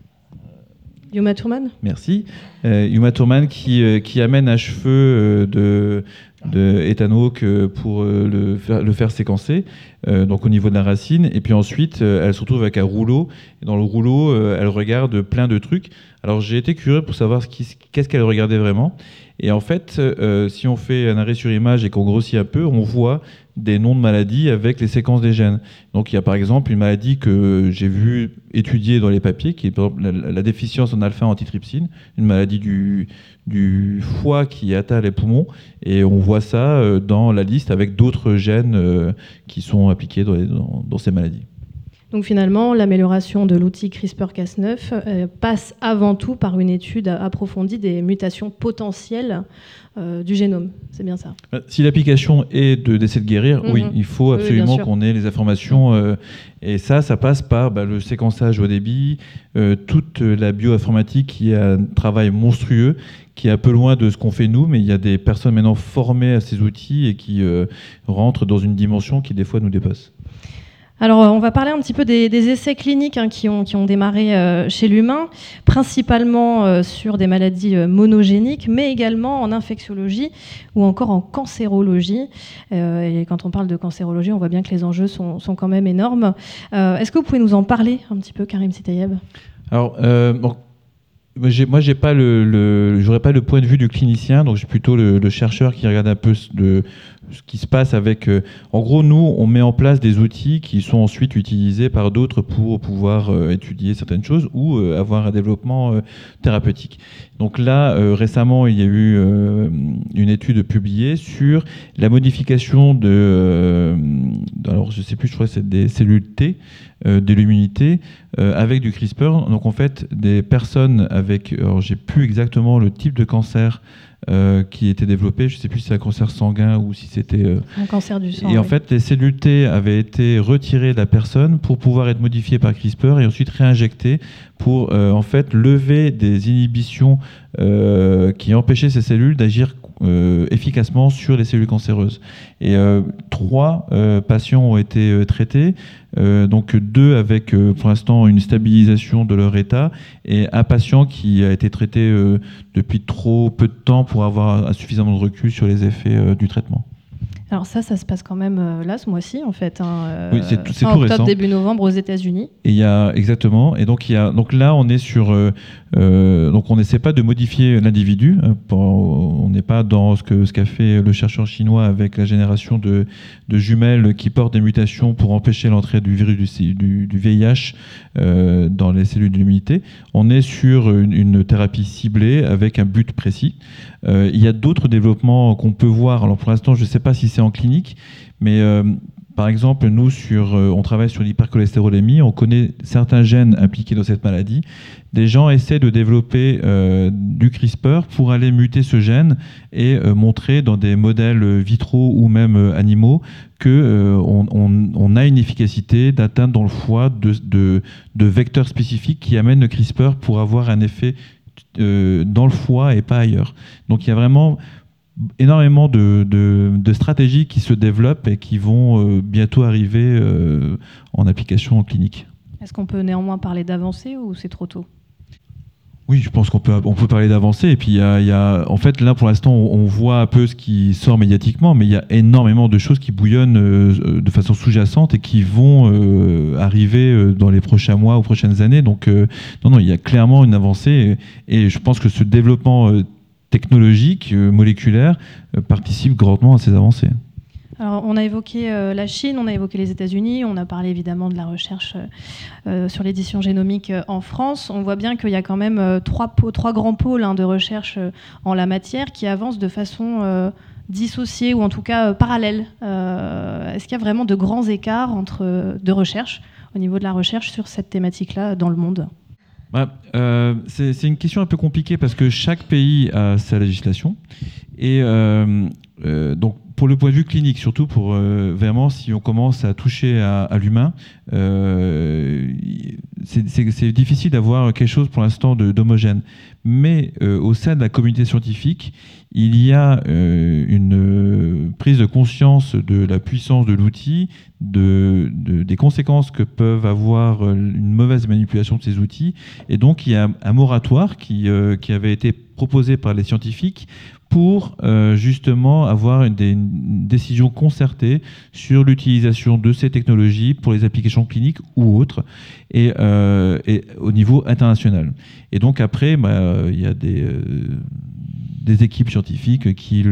Uma Thurman. Merci. Euh, Uma Thurman qui, euh, qui amène à cheveux euh, de, de Ethan Hawke pour euh, le, faire, le faire séquencer, euh, donc au niveau de la racine. Et puis ensuite, euh, elle se retrouve avec un rouleau. Et dans le rouleau, euh, elle regarde plein de trucs. Alors j'ai été curieux pour savoir ce qui, qu'est-ce qu'elle regardait vraiment. Et en fait, euh, si on fait un arrêt sur image et qu'on grossit un peu, on voit des noms de maladies avec les séquences des gènes. Donc il y a par exemple une maladie que j'ai vue étudier dans les papiers, qui est par exemple la, la déficience en alpha-antitrypsine, une maladie du, du foie qui atteint les poumons, et on voit ça dans la liste avec d'autres gènes qui sont impliqués dans, les, dans, dans ces maladies. Donc finalement, l'amélioration de l'outil CRISPR Cas neuf euh, passe avant tout par une étude approfondie des mutations potentielles euh, du génome. C'est bien ça. Si l'application est de, d'essayer de guérir, mm-hmm. oui, il faut absolument oui, qu'on ait les informations. Euh, et ça, ça passe par bah, le séquençage haut débit, euh, toute la bioinformatique qui a un travail monstrueux, qui est un peu loin de ce qu'on fait nous, mais il y a des personnes maintenant formées à ces outils et qui euh, rentrent dans une dimension qui des fois nous dépasse. Alors, on va parler un petit peu des, des essais cliniques hein, qui, ont, qui ont démarré euh, chez l'humain, principalement euh, sur des maladies euh, monogéniques, mais également en infectiologie ou encore en cancérologie. Euh, et quand on parle de cancérologie, on voit bien que les enjeux sont, sont quand même énormes. Euh, est-ce que vous pouvez nous en parler un petit peu, Karim Sitayeb ? Alors, euh, bon, j'ai, moi, j'ai pas le, le, j'aurais pas le point de vue du clinicien, donc j'ai plutôt le, le chercheur qui regarde un peu de ce qui se passe avec... Euh, en gros, nous, on met en place des outils qui sont ensuite utilisés par d'autres pour pouvoir euh, étudier certaines choses ou euh, avoir un développement euh, thérapeutique. Donc là, euh, récemment, il y a eu euh, une étude publiée sur la modification de... Euh, alors, je ne sais plus, je crois que c'est des cellules T, euh, de l'immunité, euh, avec du CRISPR. Donc, en fait, des personnes avec... Alors, j'ai plus exactement le type de cancer Euh, qui était développé, je ne sais plus si c'est un cancer sanguin ou si c'était... Euh... un cancer du sang. Et oui. en fait, les cellules T avaient été retirées de la personne pour pouvoir être modifiées par CRISPR et ensuite réinjectées pour euh, en fait lever des inhibitions euh, qui empêchaient ces cellules d'agir euh, efficacement sur les cellules cancéreuses. Et euh, trois euh, patients ont été euh, traités, euh, donc deux avec euh, pour l'instant une stabilisation de leur état et un patient qui a été traité euh, depuis trop peu de temps pour avoir suffisamment de recul sur les effets euh, du traitement. Alors ça, ça se passe quand même euh, là, ce mois-ci, en fait. Hein, euh, oui, c'est tout, c'est fin tout octobre, récent. Début novembre aux États-Unis. Et il y a exactement. Et donc il y a donc là, on est sur. Euh, euh, donc on n'essaie pas de modifier l'individu. Hein, pour, on n'est pas dans ce que ce qu'a fait le chercheur chinois avec la génération de, de jumelles qui portent des mutations pour empêcher l'entrée du virus du, du, du V I H euh, dans les cellules de l'immunité. On est sur une, une thérapie ciblée avec un but précis. Euh, il y a d'autres développements qu'on peut voir. Alors pour l'instant, je ne sais pas si c'est en clinique, mais euh, par exemple, nous, sur, euh, on travaille sur l'hypercholestérolémie, on connaît certains gènes impliqués dans cette maladie. Des gens essaient de développer euh, du CRISPR pour aller muter ce gène et euh, montrer dans des modèles vitraux ou même euh, animaux qu'on euh, on, on a une efficacité d'atteinte dans le foie de, de, de vecteurs spécifiques qui amènent le CRISPR pour avoir un effet euh, dans le foie et pas ailleurs. Donc il y a vraiment énormément de, de, de stratégies qui se développent et qui vont euh, bientôt arriver euh, en application clinique. Est-ce qu'on peut néanmoins parler d'avancée ou c'est trop tôt ? Oui, je pense qu'on peut, on peut parler d'avancée. Et puis, il y a, il y a, en fait, là, pour l'instant, on, on voit un peu ce qui sort médiatiquement, mais il y a énormément de choses qui bouillonnent euh, de façon sous-jacente et qui vont euh, arriver euh, dans les prochains mois ou prochaines années. Donc, euh, non, non, il y a clairement une avancée. Et, et je pense que ce développement euh, technologique, euh, moléculaire, euh, participe grandement à ces avancées. Alors, on a évoqué euh, la Chine, on a évoqué les États-Unis, on a parlé évidemment de la recherche euh, sur l'édition génomique euh, en France. On voit bien qu'il y a quand même euh, trois, trois grands pôles hein, de recherche euh, en la matière qui avancent de façon euh, dissociée ou en tout cas euh, parallèle. Euh, est-ce qu'il y a vraiment de grands écarts entre, de recherche au niveau de la recherche sur cette thématique-là dans le monde ? Ouais, euh, c'est, c'est une question un peu compliquée parce que chaque pays a sa législation et euh, euh, donc pour le point de vue clinique, surtout pour euh, vraiment si on commence à toucher à, à l'humain, euh, c'est, c'est, c'est difficile d'avoir quelque chose pour l'instant de, d'homogène. Mais euh, au sein de la communauté scientifique, il y a euh, une euh, prise de conscience de la puissance de l'outil, de, de, des conséquences que peuvent avoir euh, une mauvaise manipulation de ces outils. Et donc, il y a un, un moratoire qui, euh, qui avait été proposé par les scientifiques pour euh, justement avoir une, des, une décision concertée sur l'utilisation de ces technologies pour les applications cliniques ou autres, et, euh, et au niveau international. Et donc après, bah, il y a des, euh, des équipes scientifiques qui,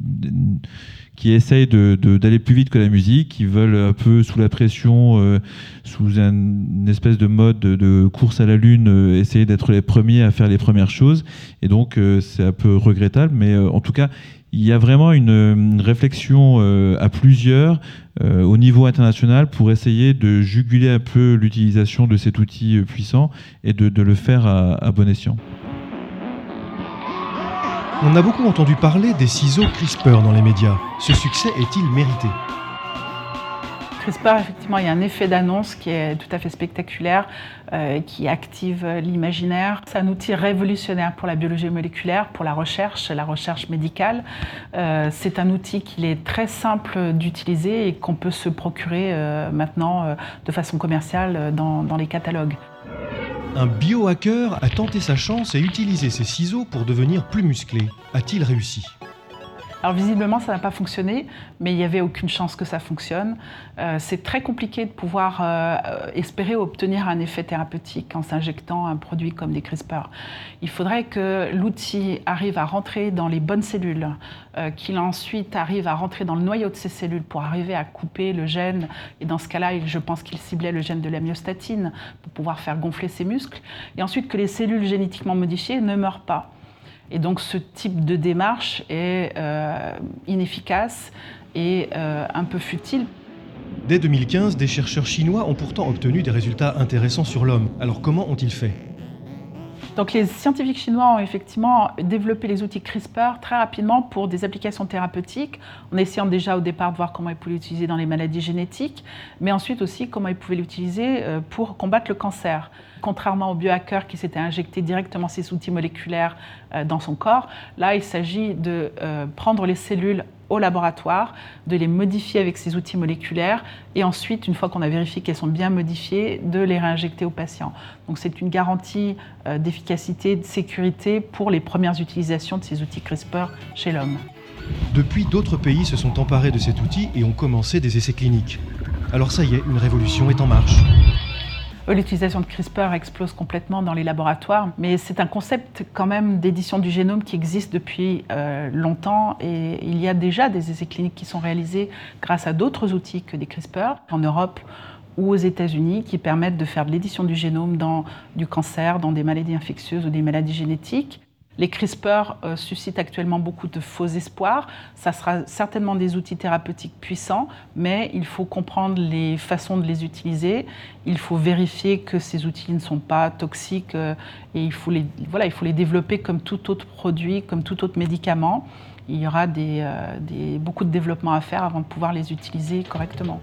qui essayent de, de, d'aller plus vite que la musique, qui veulent un peu sous la pression, euh, sous un, une espèce de mode de, de course à la lune, euh, essayer d'être les premiers à faire les premières choses. Et donc euh, c'est un peu regrettable, mais euh, en tout cas, il y a vraiment une, une réflexion euh, à plusieurs euh, au niveau international pour essayer de juguler un peu l'utilisation de cet outil euh, puissant et de, de le faire à, à bon escient. On a beaucoup entendu parler des ciseaux CRISPR dans les médias. Ce succès est-il mérité ? CRISPR, effectivement, il y a un effet d'annonce qui est tout à fait spectaculaire, euh, qui active l'imaginaire. C'est un outil révolutionnaire pour la biologie moléculaire, pour la recherche, la recherche médicale. Euh, c'est un outil qu'il est très simple d'utiliser et qu'on peut se procurer euh, maintenant euh, de façon commerciale dans, dans les catalogues. Un biohacker a tenté sa chance et utilisé ses ciseaux pour devenir plus musclé. A-t-il réussi ? Alors visiblement, ça n'a pas fonctionné, mais il n'y avait aucune chance que ça fonctionne. Euh, c'est très compliqué de pouvoir euh, espérer obtenir un effet thérapeutique en s'injectant un produit comme des CRISPR. Il faudrait que l'outil arrive à rentrer dans les bonnes cellules, euh, qu'il ensuite arrive à rentrer dans le noyau de ces cellules pour arriver à couper le gène. Et dans ce cas-là, je pense qu'il ciblait le gène de la myostatine pour pouvoir faire gonfler ses muscles. Et ensuite que les cellules génétiquement modifiées ne meurent pas. Et donc ce type de démarche est euh, inefficace et euh, un peu futile. Dès deux mille quinze, des chercheurs chinois ont pourtant obtenu des résultats intéressants sur l'homme. Alors comment ont-ils fait ? Donc les scientifiques chinois ont effectivement développé les outils CRISPR très rapidement pour des applications thérapeutiques, en essayant déjà au départ de voir comment ils pouvaient l'utiliser dans les maladies génétiques, mais ensuite aussi comment ils pouvaient l'utiliser pour combattre le cancer. Contrairement aux biohackers qui s'étaient injectés directement ces outils moléculaires dans son corps, là il s'agit de prendre les cellules au laboratoire, de les modifier avec ces outils moléculaires et ensuite, une fois qu'on a vérifié qu'elles sont bien modifiées, de les réinjecter aux patients. Donc c'est une garantie euh, d'efficacité, de sécurité pour les premières utilisations de ces outils CRISPR chez l'homme. Depuis, d'autres pays se sont emparés de cet outil et ont commencé des essais cliniques. Alors ça y est, une révolution est en marche. L'utilisation de CRISPR explose complètement dans les laboratoires, mais c'est un concept quand même d'édition du génome qui existe depuis euh, longtemps et il y a déjà des essais cliniques qui sont réalisés grâce à d'autres outils que des CRISPR en Europe ou aux États-Unis qui permettent de faire de l'édition du génome dans du cancer, dans des maladies infectieuses ou des maladies génétiques. Les CRISPR euh, suscitent actuellement beaucoup de faux espoirs. Ça sera certainement des outils thérapeutiques puissants, mais il faut comprendre les façons de les utiliser. Il faut vérifier que ces outils ne sont pas toxiques euh, et il faut, les, voilà, il faut les développer comme tout autre produit, comme tout autre médicament. Il y aura des, euh, des, beaucoup de développement à faire avant de pouvoir les utiliser correctement.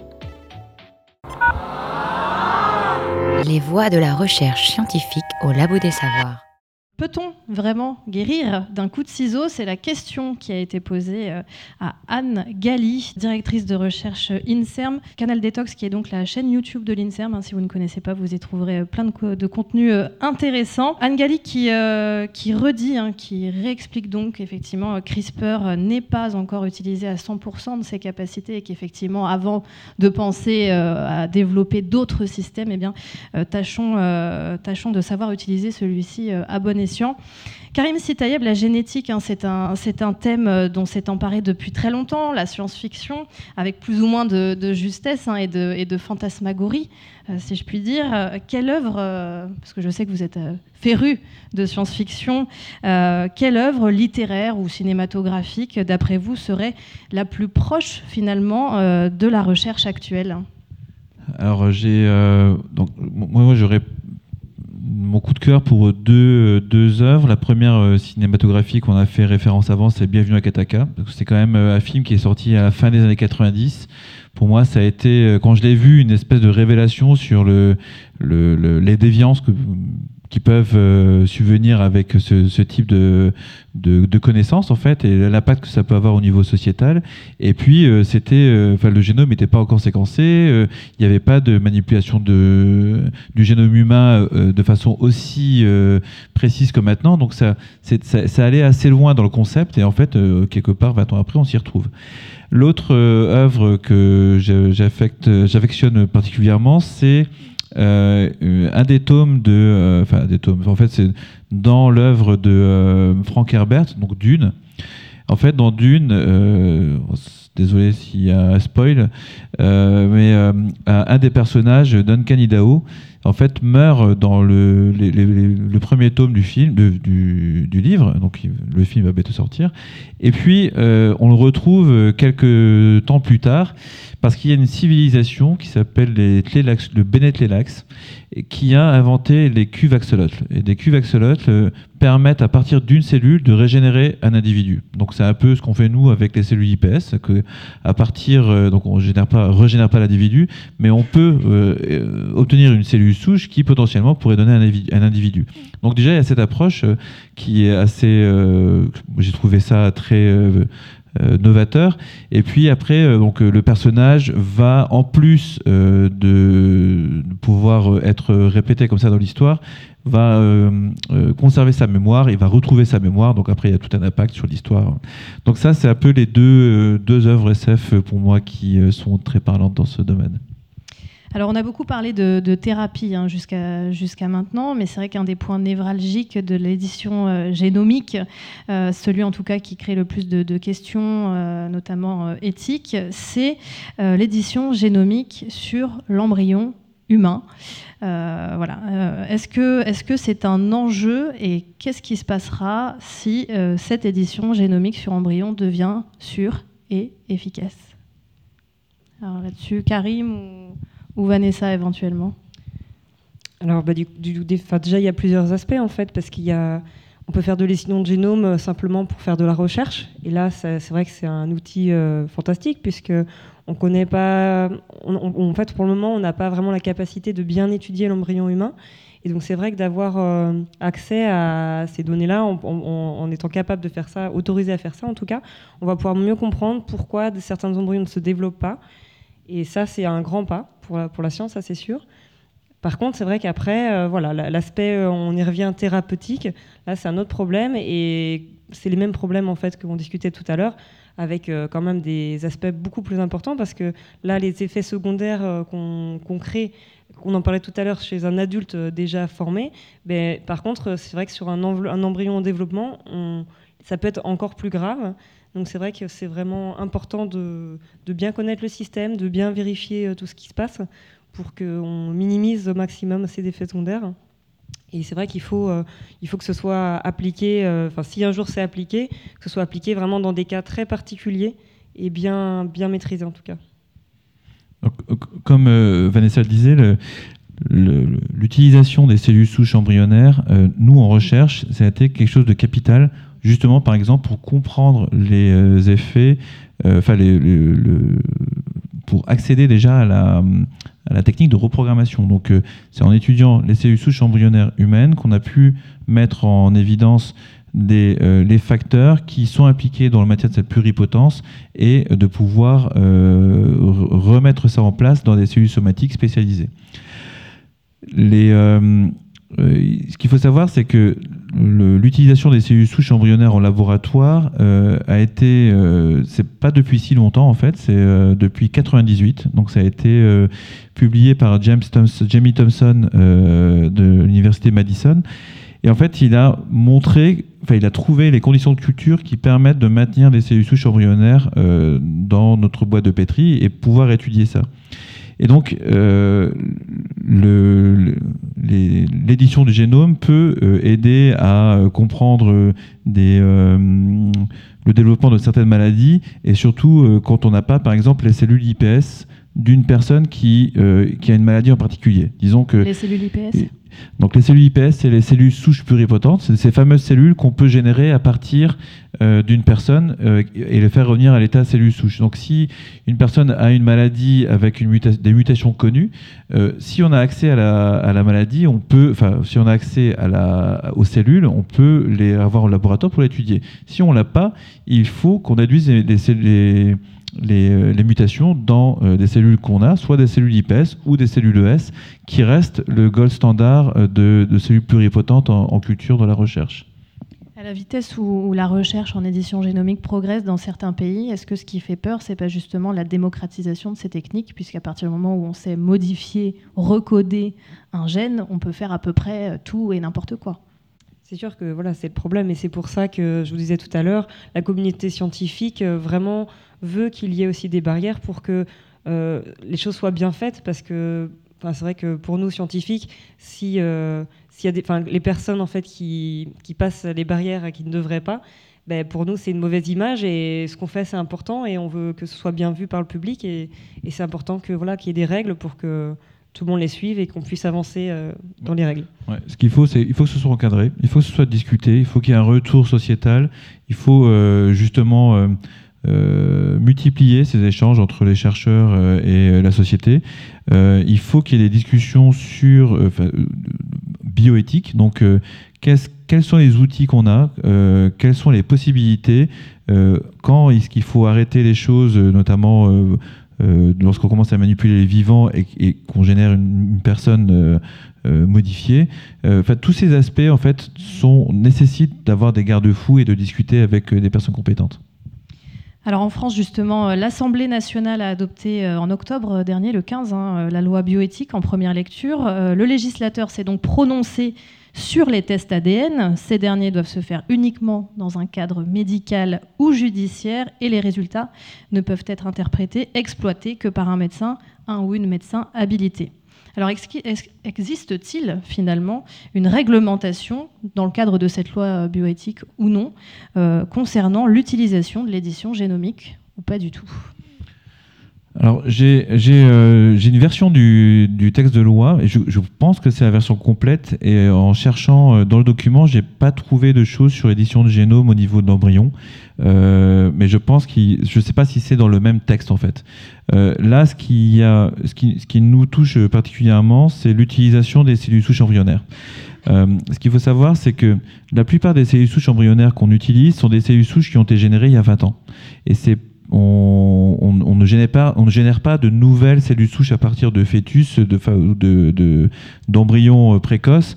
Les voies de la recherche scientifique au Labo des Savoirs. Peut-on vraiment guérir d'un coup de ciseau ? C'est la question qui a été posée à Anne Galli, directrice de recherche INSERM, Canal Détox, qui est donc la chaîne YouTube de l'INSERM. Si vous ne connaissez pas, vous y trouverez plein de, co- de contenus intéressants. Anne Galli qui, euh, qui redit, hein, qui réexplique donc qu'effectivement CRISPR n'est pas encore utilisé à cent pour cent de ses capacités et qu'effectivement, avant de penser euh, à développer d'autres systèmes, eh bien, euh, tâchons, euh, tâchons de savoir utiliser celui-ci euh, à bon escient. Karim Sitayeb, la génétique, hein, c'est, un, c'est un thème dont s'est emparé depuis très longtemps, la science-fiction, avec plus ou moins de, de justesse hein, et, de, et de fantasmagorie, euh, si je puis dire. Euh, quelle œuvre, euh, parce que je sais que vous êtes euh, féru de science-fiction, euh, quelle œuvre littéraire ou cinématographique, d'après vous, serait la plus proche finalement euh, de la recherche actuelle ? Alors j'ai euh, donc moi j'aurais mon coup de cœur pour deux, deux œuvres. La première euh, cinématographique qu'on a fait référence avant, c'est Bienvenue à Kataka. C'est quand même euh, un film qui est sorti à la fin des années quatre-vingt-dix. Pour moi, ça a été, euh, quand je l'ai vu, une espèce de révélation sur le, le, le, les déviances que, qui peuvent euh, subvenir avec ce, ce type de, de, de connaissances, en fait, et l'impact que ça peut avoir au niveau sociétal. Et puis, euh, c'était, euh, enfin, le génome n'était pas encore séquencé, euh, il n'y avait pas de manipulation de, du génome humain euh, de façon aussi euh, précise que maintenant. Donc, ça, c'est, ça, ça allait assez loin dans le concept, et en fait, euh, quelque part, vingt ans après, on s'y retrouve. L'autre euh, œuvre que j'affecte, j'affectionne particulièrement, c'est Euh, un des tomes de, euh, enfin des tomes. En fait, c'est dans l'œuvre de euh, Frank Herbert, donc Dune. En fait, dans Dune, euh, désolé s'il y a un spoil, euh, mais euh, un des personnages, Duncan Idaho, en fait, meurt dans le, les, les, le premier tome du film, de, du, du livre. Donc, le film va bientôt sortir. Et puis, euh, on le retrouve quelques temps plus tard, parce qu'il y a une civilisation qui s'appelle les Tleilax, le Bene Tleilax, qui a inventé les cuves axolotls. Et des cuves axolotls euh, permettent à partir d'une cellule de régénérer un individu. Donc c'est un peu ce qu'on fait nous avec les cellules I P S, que à partir, euh, donc on ne régénère pas, régénère pas l'individu, mais on peut euh, euh, obtenir une cellule souche qui potentiellement pourrait donner un, invi- un individu. Donc déjà il y a cette approche euh, qui est assez, euh, j'ai trouvé ça très euh, Euh, novateur. Et puis après, euh, donc, euh, le personnage va, en plus euh, de pouvoir être répété comme ça dans l'histoire, va euh, euh, conserver sa mémoire, il va retrouver sa mémoire, donc après il y a tout un impact sur l'histoire. Donc ça, c'est un peu les deux, euh, deux œuvres S F pour moi qui euh, sont très parlantes dans ce domaine. Alors, on a beaucoup parlé de, de thérapie hein, jusqu'à, jusqu'à maintenant, mais c'est vrai qu'un des points névralgiques de l'édition euh, génomique, euh, celui en tout cas qui crée le plus de, de questions, euh, notamment euh, éthiques, c'est euh, l'édition génomique sur l'embryon humain. Euh, voilà. Euh, est-ce que, est-ce que c'est un enjeu et qu'est-ce qui se passera si euh, cette édition génomique sur embryon devient sûre et efficace ? Alors là-dessus, Karim ou... ou Vanessa éventuellement. Alors bah, du, du, des, déjà il y a plusieurs aspects en fait, parce qu'il y a, on peut faire de l'échantillon de génome euh, simplement pour faire de la recherche, et là ça, c'est vrai que c'est un outil euh, fantastique, puisque on connaît pas, on, on, en fait pour le moment on n'a pas vraiment la capacité de bien étudier l'embryon humain, et donc c'est vrai que d'avoir euh, accès à ces données-là, en, en, en étant capable de faire ça, autorisé à faire ça en tout cas, on va pouvoir mieux comprendre pourquoi certains embryons ne se développent pas. Et ça, c'est un grand pas pour la, pour la science, ça c'est sûr. Par contre, c'est vrai qu'après, euh, voilà, l'aspect, euh, on y revient, thérapeutique, là c'est un autre problème, et c'est les mêmes problèmes en fait qu'on discutait tout à l'heure, avec euh, quand même des aspects beaucoup plus importants, parce que là, les effets secondaires euh, qu'on, qu'on crée, qu'on en parlait tout à l'heure chez un adulte euh, déjà formé, ben, par contre, c'est vrai que sur un, env- un embryon en développement, on, ça peut être encore plus grave. Donc c'est vrai que c'est vraiment important de, de bien connaître le système, de bien vérifier euh, tout ce qui se passe pour qu'on minimise au maximum ces effets secondaires. Et c'est vrai qu'il faut, euh, il faut que ce soit appliqué, enfin euh, si un jour c'est appliqué, que ce soit appliqué vraiment dans des cas très particuliers et bien, bien maîtrisé en tout cas. Donc, comme euh, Vanessa le disait, le, le, l'utilisation des cellules souches embryonnaires, euh, nous en recherche, ça a été quelque chose de capital, justement par exemple pour comprendre les euh, effets, enfin euh, les, les, le, pour accéder déjà à la, à la technique de reprogrammation. Donc euh, c'est en étudiant les cellules souches embryonnaires humaines qu'on a pu mettre en évidence des, euh, les facteurs qui sont impliqués dans la matière de cette pluripotence et de pouvoir euh, remettre ça en place dans des cellules somatiques spécialisées. Les, euh, euh, ce qu'il faut savoir, c'est que le, l'utilisation des cellules souches embryonnaires en laboratoire euh, a été, euh, c'est pas depuis si longtemps en fait, c'est euh, depuis quatre-vingt-dix-huit. Donc ça a été euh, publié par James Thompson, Jamie Thompson euh, de l'université Madison. Et en fait, il a montré, enfin, il a trouvé les conditions de culture qui permettent de maintenir des cellules souches embryonnaires euh, dans notre boîte de pétri et pouvoir étudier ça. Et donc, euh, le, le, les, l'édition du génome peut euh, aider à euh, comprendre des, euh, le développement de certaines maladies, et surtout euh, quand on n'a pas, par exemple, les cellules I P S d'une personne qui, euh, qui a une maladie en particulier. Disons que les cellules I P S. Donc les cellules I P S, c'est les cellules souches pluripotentes, c'est ces fameuses cellules qu'on peut générer à partir euh, d'une personne euh, et les faire revenir à l'état cellule souche. Donc si une personne a une maladie avec une muta- des mutations connues, euh, si on a accès à la, à la maladie, on peut, enfin si on a accès à la, aux cellules, on peut les avoir au laboratoire pour l'étudier. Si on l'a pas, il faut qu'on déduise les, les, les Les, les mutations dans euh, des cellules qu'on a, soit des cellules I P S ou des cellules E S, qui restent le gold standard de, de cellules pluripotentes en, en culture dans la recherche. À la vitesse où, où la recherche en édition génomique progresse dans certains pays, est-ce que ce qui fait peur, c'est pas justement la démocratisation de ces techniques, puisqu'à partir du moment où on sait modifier, recoder un gène, on peut faire à peu près tout et n'importe quoi? C'est sûr que voilà, c'est le problème, et c'est pour ça que je vous disais tout à l'heure, la communauté scientifique euh, vraiment veut qu'il y ait aussi des barrières pour que euh, les choses soient bien faites, parce que c'est vrai que pour nous scientifiques, si euh, s'il y a des, les personnes en fait qui, qui passent les barrières et qui ne devraient pas, ben, pour nous c'est une mauvaise image, et ce qu'on fait c'est important, et on veut que ce soit bien vu par le public, et, et c'est important que voilà, qu'il y ait des règles pour que tout le monde les suive et qu'on puisse avancer euh, dans les règles. Ouais, ce qu'il faut, c'est il faut que ce soit encadré, il faut que ce soit discuté, il faut qu'il y ait un retour sociétal, il faut euh, justement euh, euh, multiplier ces échanges entre les chercheurs euh, et la société. Euh, il faut qu'il y ait des discussions sur euh, bioéthique, donc euh, qu'est-ce, quels sont les outils qu'on a, euh, quelles sont les possibilités, euh, quand est-ce qu'il faut arrêter les choses, notamment euh, Euh, lorsqu'on commence à manipuler les vivants et, et qu'on génère une, une personne euh, euh, modifiée. Euh, tous ces aspects en fait, sont, nécessitent d'avoir des garde-fous et de discuter avec euh, des personnes compétentes. Alors en France, justement, l'Assemblée nationale a adopté euh, en octobre dernier, le quinze, hein, la loi bioéthique en première lecture. Euh, le législateur s'est donc prononcé sur les tests A D N. Ces derniers doivent se faire uniquement dans un cadre médical ou judiciaire, et les résultats ne peuvent être interprétés, exploités que par un médecin, un ou une médecin habilité. Alors existe-t-il finalement une réglementation dans le cadre de cette loi bioéthique ou non euh, concernant l'utilisation de l'édition génomique, ou pas du tout ? Alors, j'ai, j'ai, euh, j'ai une version du, du texte de loi, et je, je pense que c'est la version complète, et en cherchant euh, dans le document, j'ai pas trouvé de choses sur l'édition de génome au niveau de l'embryon, euh, mais je pense qu'il, je sais pas si c'est dans le même texte en fait. Euh, là, ce qui, y a, ce, qui, ce qui nous touche particulièrement, c'est l'utilisation des cellules souches embryonnaires. Euh, ce qu'il faut savoir, c'est que la plupart des cellules souches embryonnaires qu'on utilise sont des cellules souches qui ont été générées il y a vingt ans, et c'est On, on, on, ne génère pas, on ne génère pas de nouvelles cellules souches à partir de fœtus, de, de, de, d'embryons précoces,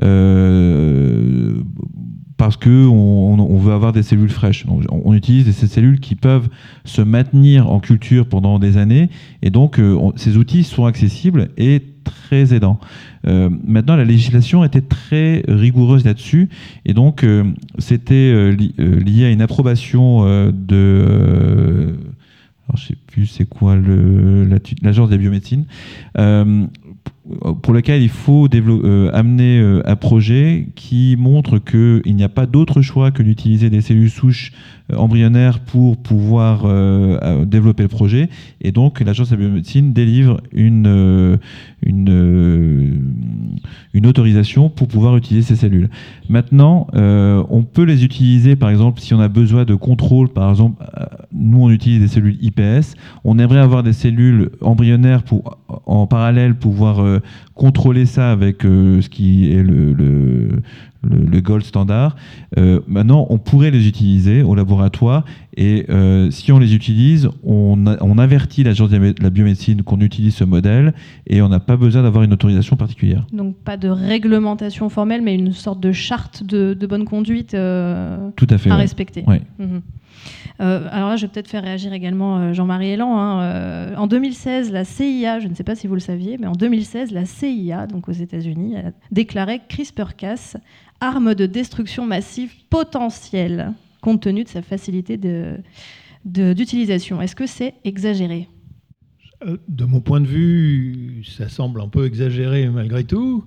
euh, parce qu'on on veut avoir des cellules fraîches. Donc, on, on utilise ces cellules qui peuvent se maintenir en culture pendant des années, et donc euh, on, ces outils sont accessibles et très aidants. Euh, maintenant, la législation était très rigoureuse là-dessus, et donc euh, c'était euh, li, euh, lié à une approbation euh, de, euh, alors je sais plus c'est quoi le, la, l'agence de la biomédecine, euh, pour lequel il faut développer, euh, amener euh, un projet qui montre qu'il n'y a pas d'autre choix que d'utiliser des cellules souches euh, embryonnaires pour pouvoir euh, développer le projet. Et donc, l'Agence de la biomédecine délivre une, euh, une, euh, une autorisation pour pouvoir utiliser ces cellules. Maintenant, euh, on peut les utiliser, par exemple, si on a besoin de contrôle. Par exemple, euh, nous, on utilise des cellules I P S. On aimerait avoir des cellules embryonnaires pour, en parallèle, pouvoir euh, contrôler ça avec euh, ce qui est le, le, le, le gold standard. Euh, maintenant, on pourrait les utiliser au laboratoire et euh, si on les utilise, on, a, on avertit l'Agence de la biomédecine qu'on utilise ce modèle et on n'a pas besoin d'avoir une autorisation particulière. Donc pas de réglementation formelle, mais une sorte de charte de, de bonne conduite euh, Tout à, fait, à ouais. respecter. Ouais. Mmh. Euh, alors là, je vais peut-être faire réagir également euh, Jean-Marie Elan. Hein. Euh, en deux mille seize, la C I A, je ne sais pas si vous le saviez, mais en deux mille seize, la C I A, donc aux États-Unis, a déclaré CRISPR-Cas arme de destruction massive potentielle, compte tenu de sa facilité de, de, d'utilisation. Est-ce que c'est exagéré ? De mon point de vue, ça semble un peu exagéré malgré tout.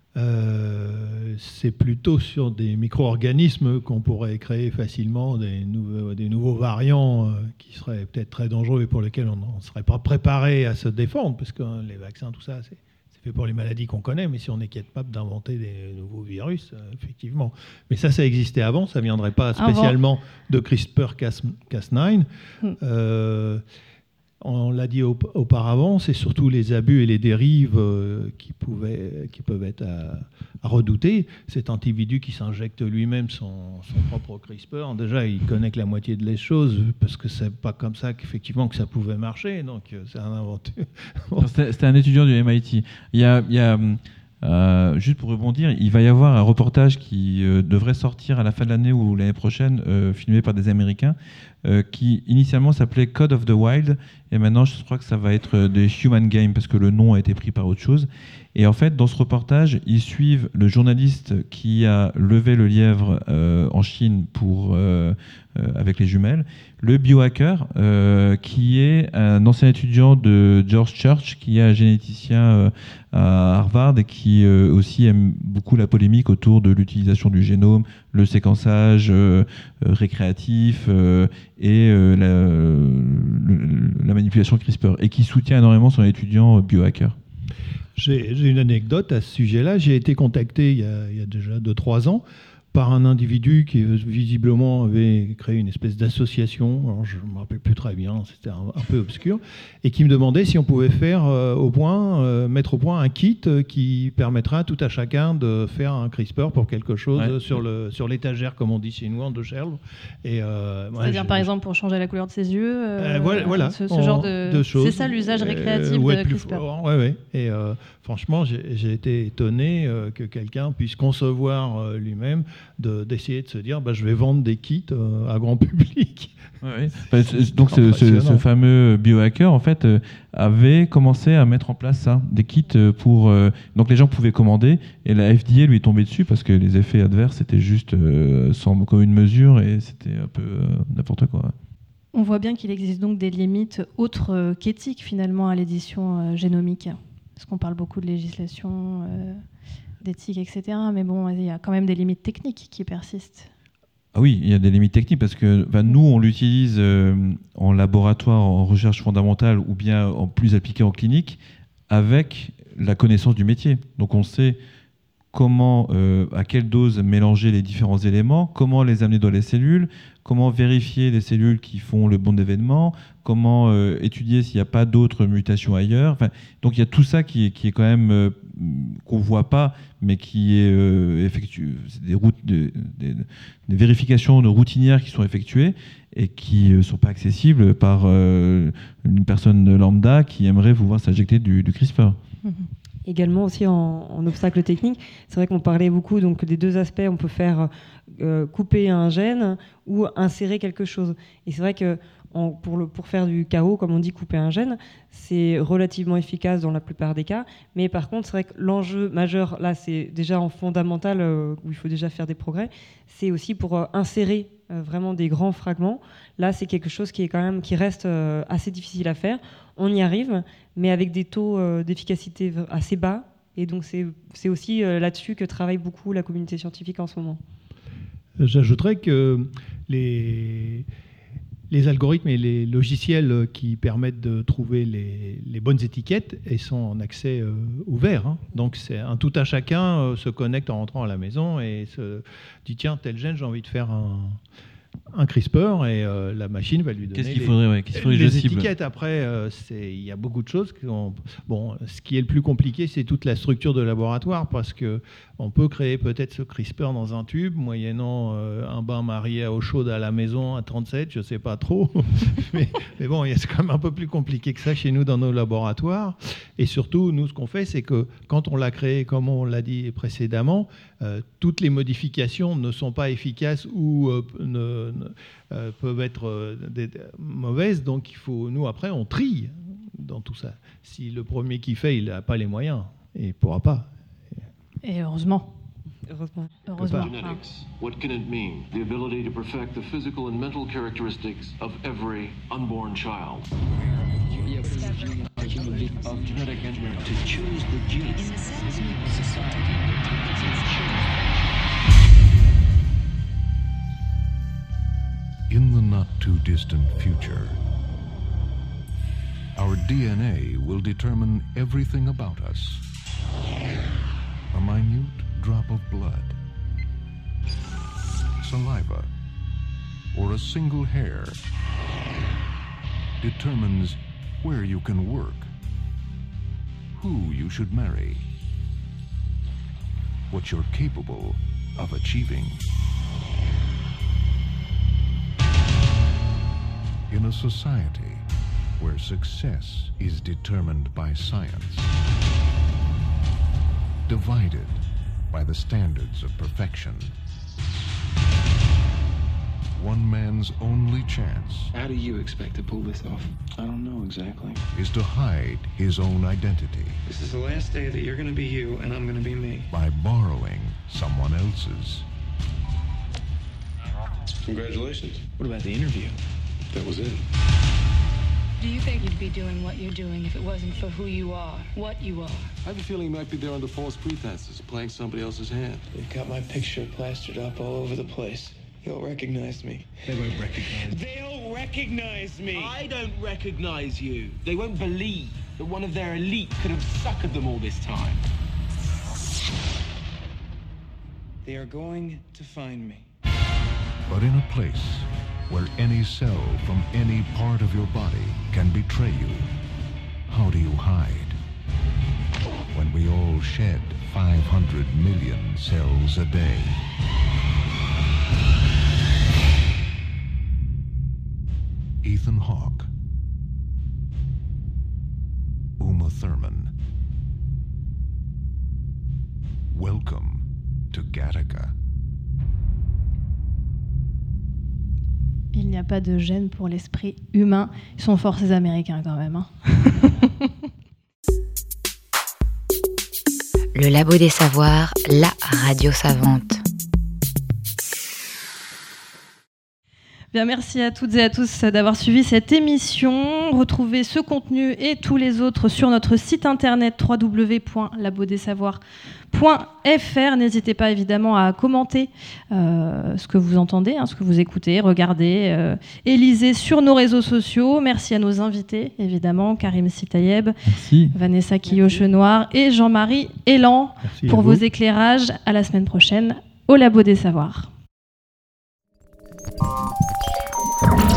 Euh, c'est plutôt sur des micro-organismes qu'on pourrait créer facilement des nouveaux, des nouveaux variants euh, qui seraient peut-être très dangereux et pour lesquels on ne serait pas préparé à se défendre, parce que hein, les vaccins, tout ça, c'est, c'est fait pour les maladies qu'on connaît, mais si on est capable d'inventer des nouveaux virus, euh, effectivement. Mais ça, ça existait avant, ça ne viendrait pas spécialement avant. De CRISPR-Cas neuf. Mm. Euh, On l'a dit auparavant, c'est surtout les abus et les dérives qui, pouvaient, qui peuvent être à, à redouter. Cet individu qui s'injecte lui-même son, son propre CRISPR, déjà, il connaît que la moitié de les choses, parce que c'est pas comme ça qu'effectivement que ça pouvait marcher. Donc, c'est un inventeur. C'était, c'était un étudiant du M I T. Il y a... Il y a Euh, juste pour rebondir, il va y avoir un reportage qui euh, devrait sortir à la fin de l'année ou l'année prochaine, euh, filmé par des Américains, euh, qui initialement s'appelait Code of the Wild, et maintenant je crois que ça va être des Human Game, parce que le nom a été pris par autre chose. Et en fait, dans ce reportage, ils suivent le journaliste qui a levé le lièvre euh, en Chine pour, euh, euh, avec les jumelles, le biohacker, euh, qui est un ancien étudiant de George Church, qui est un généticien euh, à Harvard et qui euh, aussi aime beaucoup la polémique autour de l'utilisation du génome, le séquençage euh, euh, récréatif euh, et euh, la, le, la manipulation CRISPR, et qui soutient énormément son étudiant euh, biohacker. J'ai, j'ai une anecdote à ce sujet-là. J'ai été contacté il y a, il y a déjà deux trois ans par un individu qui visiblement avait créé une espèce d'association, alors je ne me rappelle plus très bien, c'était un, un peu obscur, et qui me demandait si on pouvait faire euh, au point, euh, mettre au point un kit qui permettra à tout à chacun de faire un CRISPR pour quelque chose ouais. sur, le, sur l'étagère, comme on dit chez nous, en deux shelves. Et, euh, C'est-à-dire, par exemple, pour changer la couleur de ses yeux, euh, euh, voilà, voilà, ce, ce genre de, de choses. C'est ça l'usage récréatif euh, ouais, de CRISPR. Oui, oui. Et euh, franchement, j'ai, j'ai été étonné euh, que quelqu'un puisse concevoir euh, lui-même De, d'essayer de se dire bah, je vais vendre des kits euh, à grand public. Ouais, ouais. Bah, c'est, donc ce, ce, ce fameux biohacker en fait euh, avait commencé à mettre en place ça, des kits pour euh, donc les gens pouvaient commander et la F D A lui est tombée dessus parce que les effets adverses étaient juste euh, sans commune mesure et c'était un peu euh, n'importe quoi. On voit bien qu'il existe donc des limites autres qu'éthiques finalement à l'édition euh, génomique, parce qu'on parle beaucoup de législation. Euh... d'éthique, et cetera. Mais bon, il y a quand même des limites techniques qui persistent. Ah oui, il y a des limites techniques parce que ben, nous, on l'utilise euh, en laboratoire, en recherche fondamentale ou bien en plus appliqué en clinique avec la connaissance du métier. Donc on sait comment, euh, à quelle dose mélanger les différents éléments, comment les amener dans les cellules, comment vérifier les cellules qui font le bon événement, comment euh, étudier s'il n'y a pas d'autres mutations ailleurs. Enfin, donc il y a tout ça qui est, qui est quand même euh, qu'on ne voit pas, mais qui est euh, effectué. C'est des, routes de, des, des vérifications de routinières qui sont effectuées et qui ne sont pas accessibles par euh, une personne lambda qui aimerait pouvoir s'injecter du, du CRISPR. Mmh. Également aussi en, en obstacle technique, c'est vrai qu'on parlait beaucoup donc, des deux aspects, on peut faire euh, couper un gène ou insérer quelque chose. Et c'est vrai que en, pour, le, pour faire du K O, comme on dit, couper un gène. C'est relativement efficace dans la plupart des cas. Mais par contre, c'est vrai que l'enjeu majeur, là, c'est déjà en fondamental, euh, où il faut déjà faire des progrès, c'est aussi pour euh, insérer euh, vraiment des grands fragments. Là, c'est quelque chose qui, est quand même, qui reste euh, assez difficile à faire. On y arrive, mais avec des taux euh, d'efficacité assez bas. Et donc, c'est, c'est aussi euh, là-dessus que travaille beaucoup la communauté scientifique en ce moment. J'ajouterais que les, les algorithmes et les logiciels qui permettent de trouver les, les bonnes étiquettes, ils sont en accès euh, ouvert. Hein. Donc, c'est un tout à chacun euh, se connecte en rentrant à la maison et se dit tiens, tel gène, j'ai envie de faire un... un CRISPR et euh, la machine va lui donner Qu'est-ce qu'il les, faudrait, ouais, qu'est-ce qu'il faudrait les que je cible. étiquettes. Après, euh, c'est, il y a beaucoup de choses. Bon, ce qui est le plus compliqué, c'est toute la structure de laboratoire parce que on peut créer peut-être ce CRISPR dans un tube, moyennant euh, un bain marié à eau chaude à la maison à trente-sept, je ne sais pas trop. mais, mais bon, c'est quand même un peu plus compliqué que ça chez nous dans nos laboratoires. Et surtout, nous, ce qu'on fait, c'est que quand on l'a créé, comme on l'a dit précédemment, euh, toutes les modifications ne sont pas efficaces ou euh, ne, ne, euh, peuvent être euh, des, des, mauvaises. Donc, il faut, nous, après, on trie dans tout ça. Si le premier qui fait, il n'a pas les moyens, il ne pourra pas. Et heureusement. Heureusement. Heureusement. Genetics. What can it mean? The ability to perfect the physical and mental characteristics of every unborn child. Of genetic engineering to choose the genes. In the not-too-distant future, our D N A will determine everything about us. A minute drop of blood, saliva, or a single hair determines where you can work, who you should marry, what you're capable of achieving. In a society where success is determined by science, divided by the standards of perfection, one man's only chance. How do you expect to pull this off? I don't know exactly. Is to hide his own identity. This is the last day that you're going to be you and I'm going to be me. By borrowing someone else's. Congratulations. What about the interview? That was it. Do you think you'd be doing what you're doing if it wasn't for who you are, what you are? I have a feeling you might be there under false pretenses, playing somebody else's hand. They've got my picture plastered up all over the place. They'll recognize me. They won't recognize me. They'll recognize me. I don't recognize you. They won't believe that one of their elite could have suckered them all this time. They are going to find me. But in a place where any cell from any part of your body can betray you, how do you hide? When we all shed five hundred million cells a day. Ethan Hawke, Uma Thurman. Welcome to Gattaca. Il n'y a pas de gêne pour l'esprit humain. Ils sont forts, ces Américains, quand même. Hein. Le Labo des Savoirs, la radio savante. Bien, merci à toutes et à tous d'avoir suivi cette émission. Retrouvez ce contenu et tous les autres sur notre site internet w w w point labo des savoirs point f r. N'hésitez pas évidemment à commenter euh, ce que vous entendez, hein, ce que vous écoutez, regardez euh, et lisez sur nos réseaux sociaux. Merci à nos invités, évidemment, Karim Sitayeb, merci. Vanessa Quillot-Chenoir et Jean-Marie Elan merci pour vos éclairages. À la semaine prochaine au Labo des Savoirs.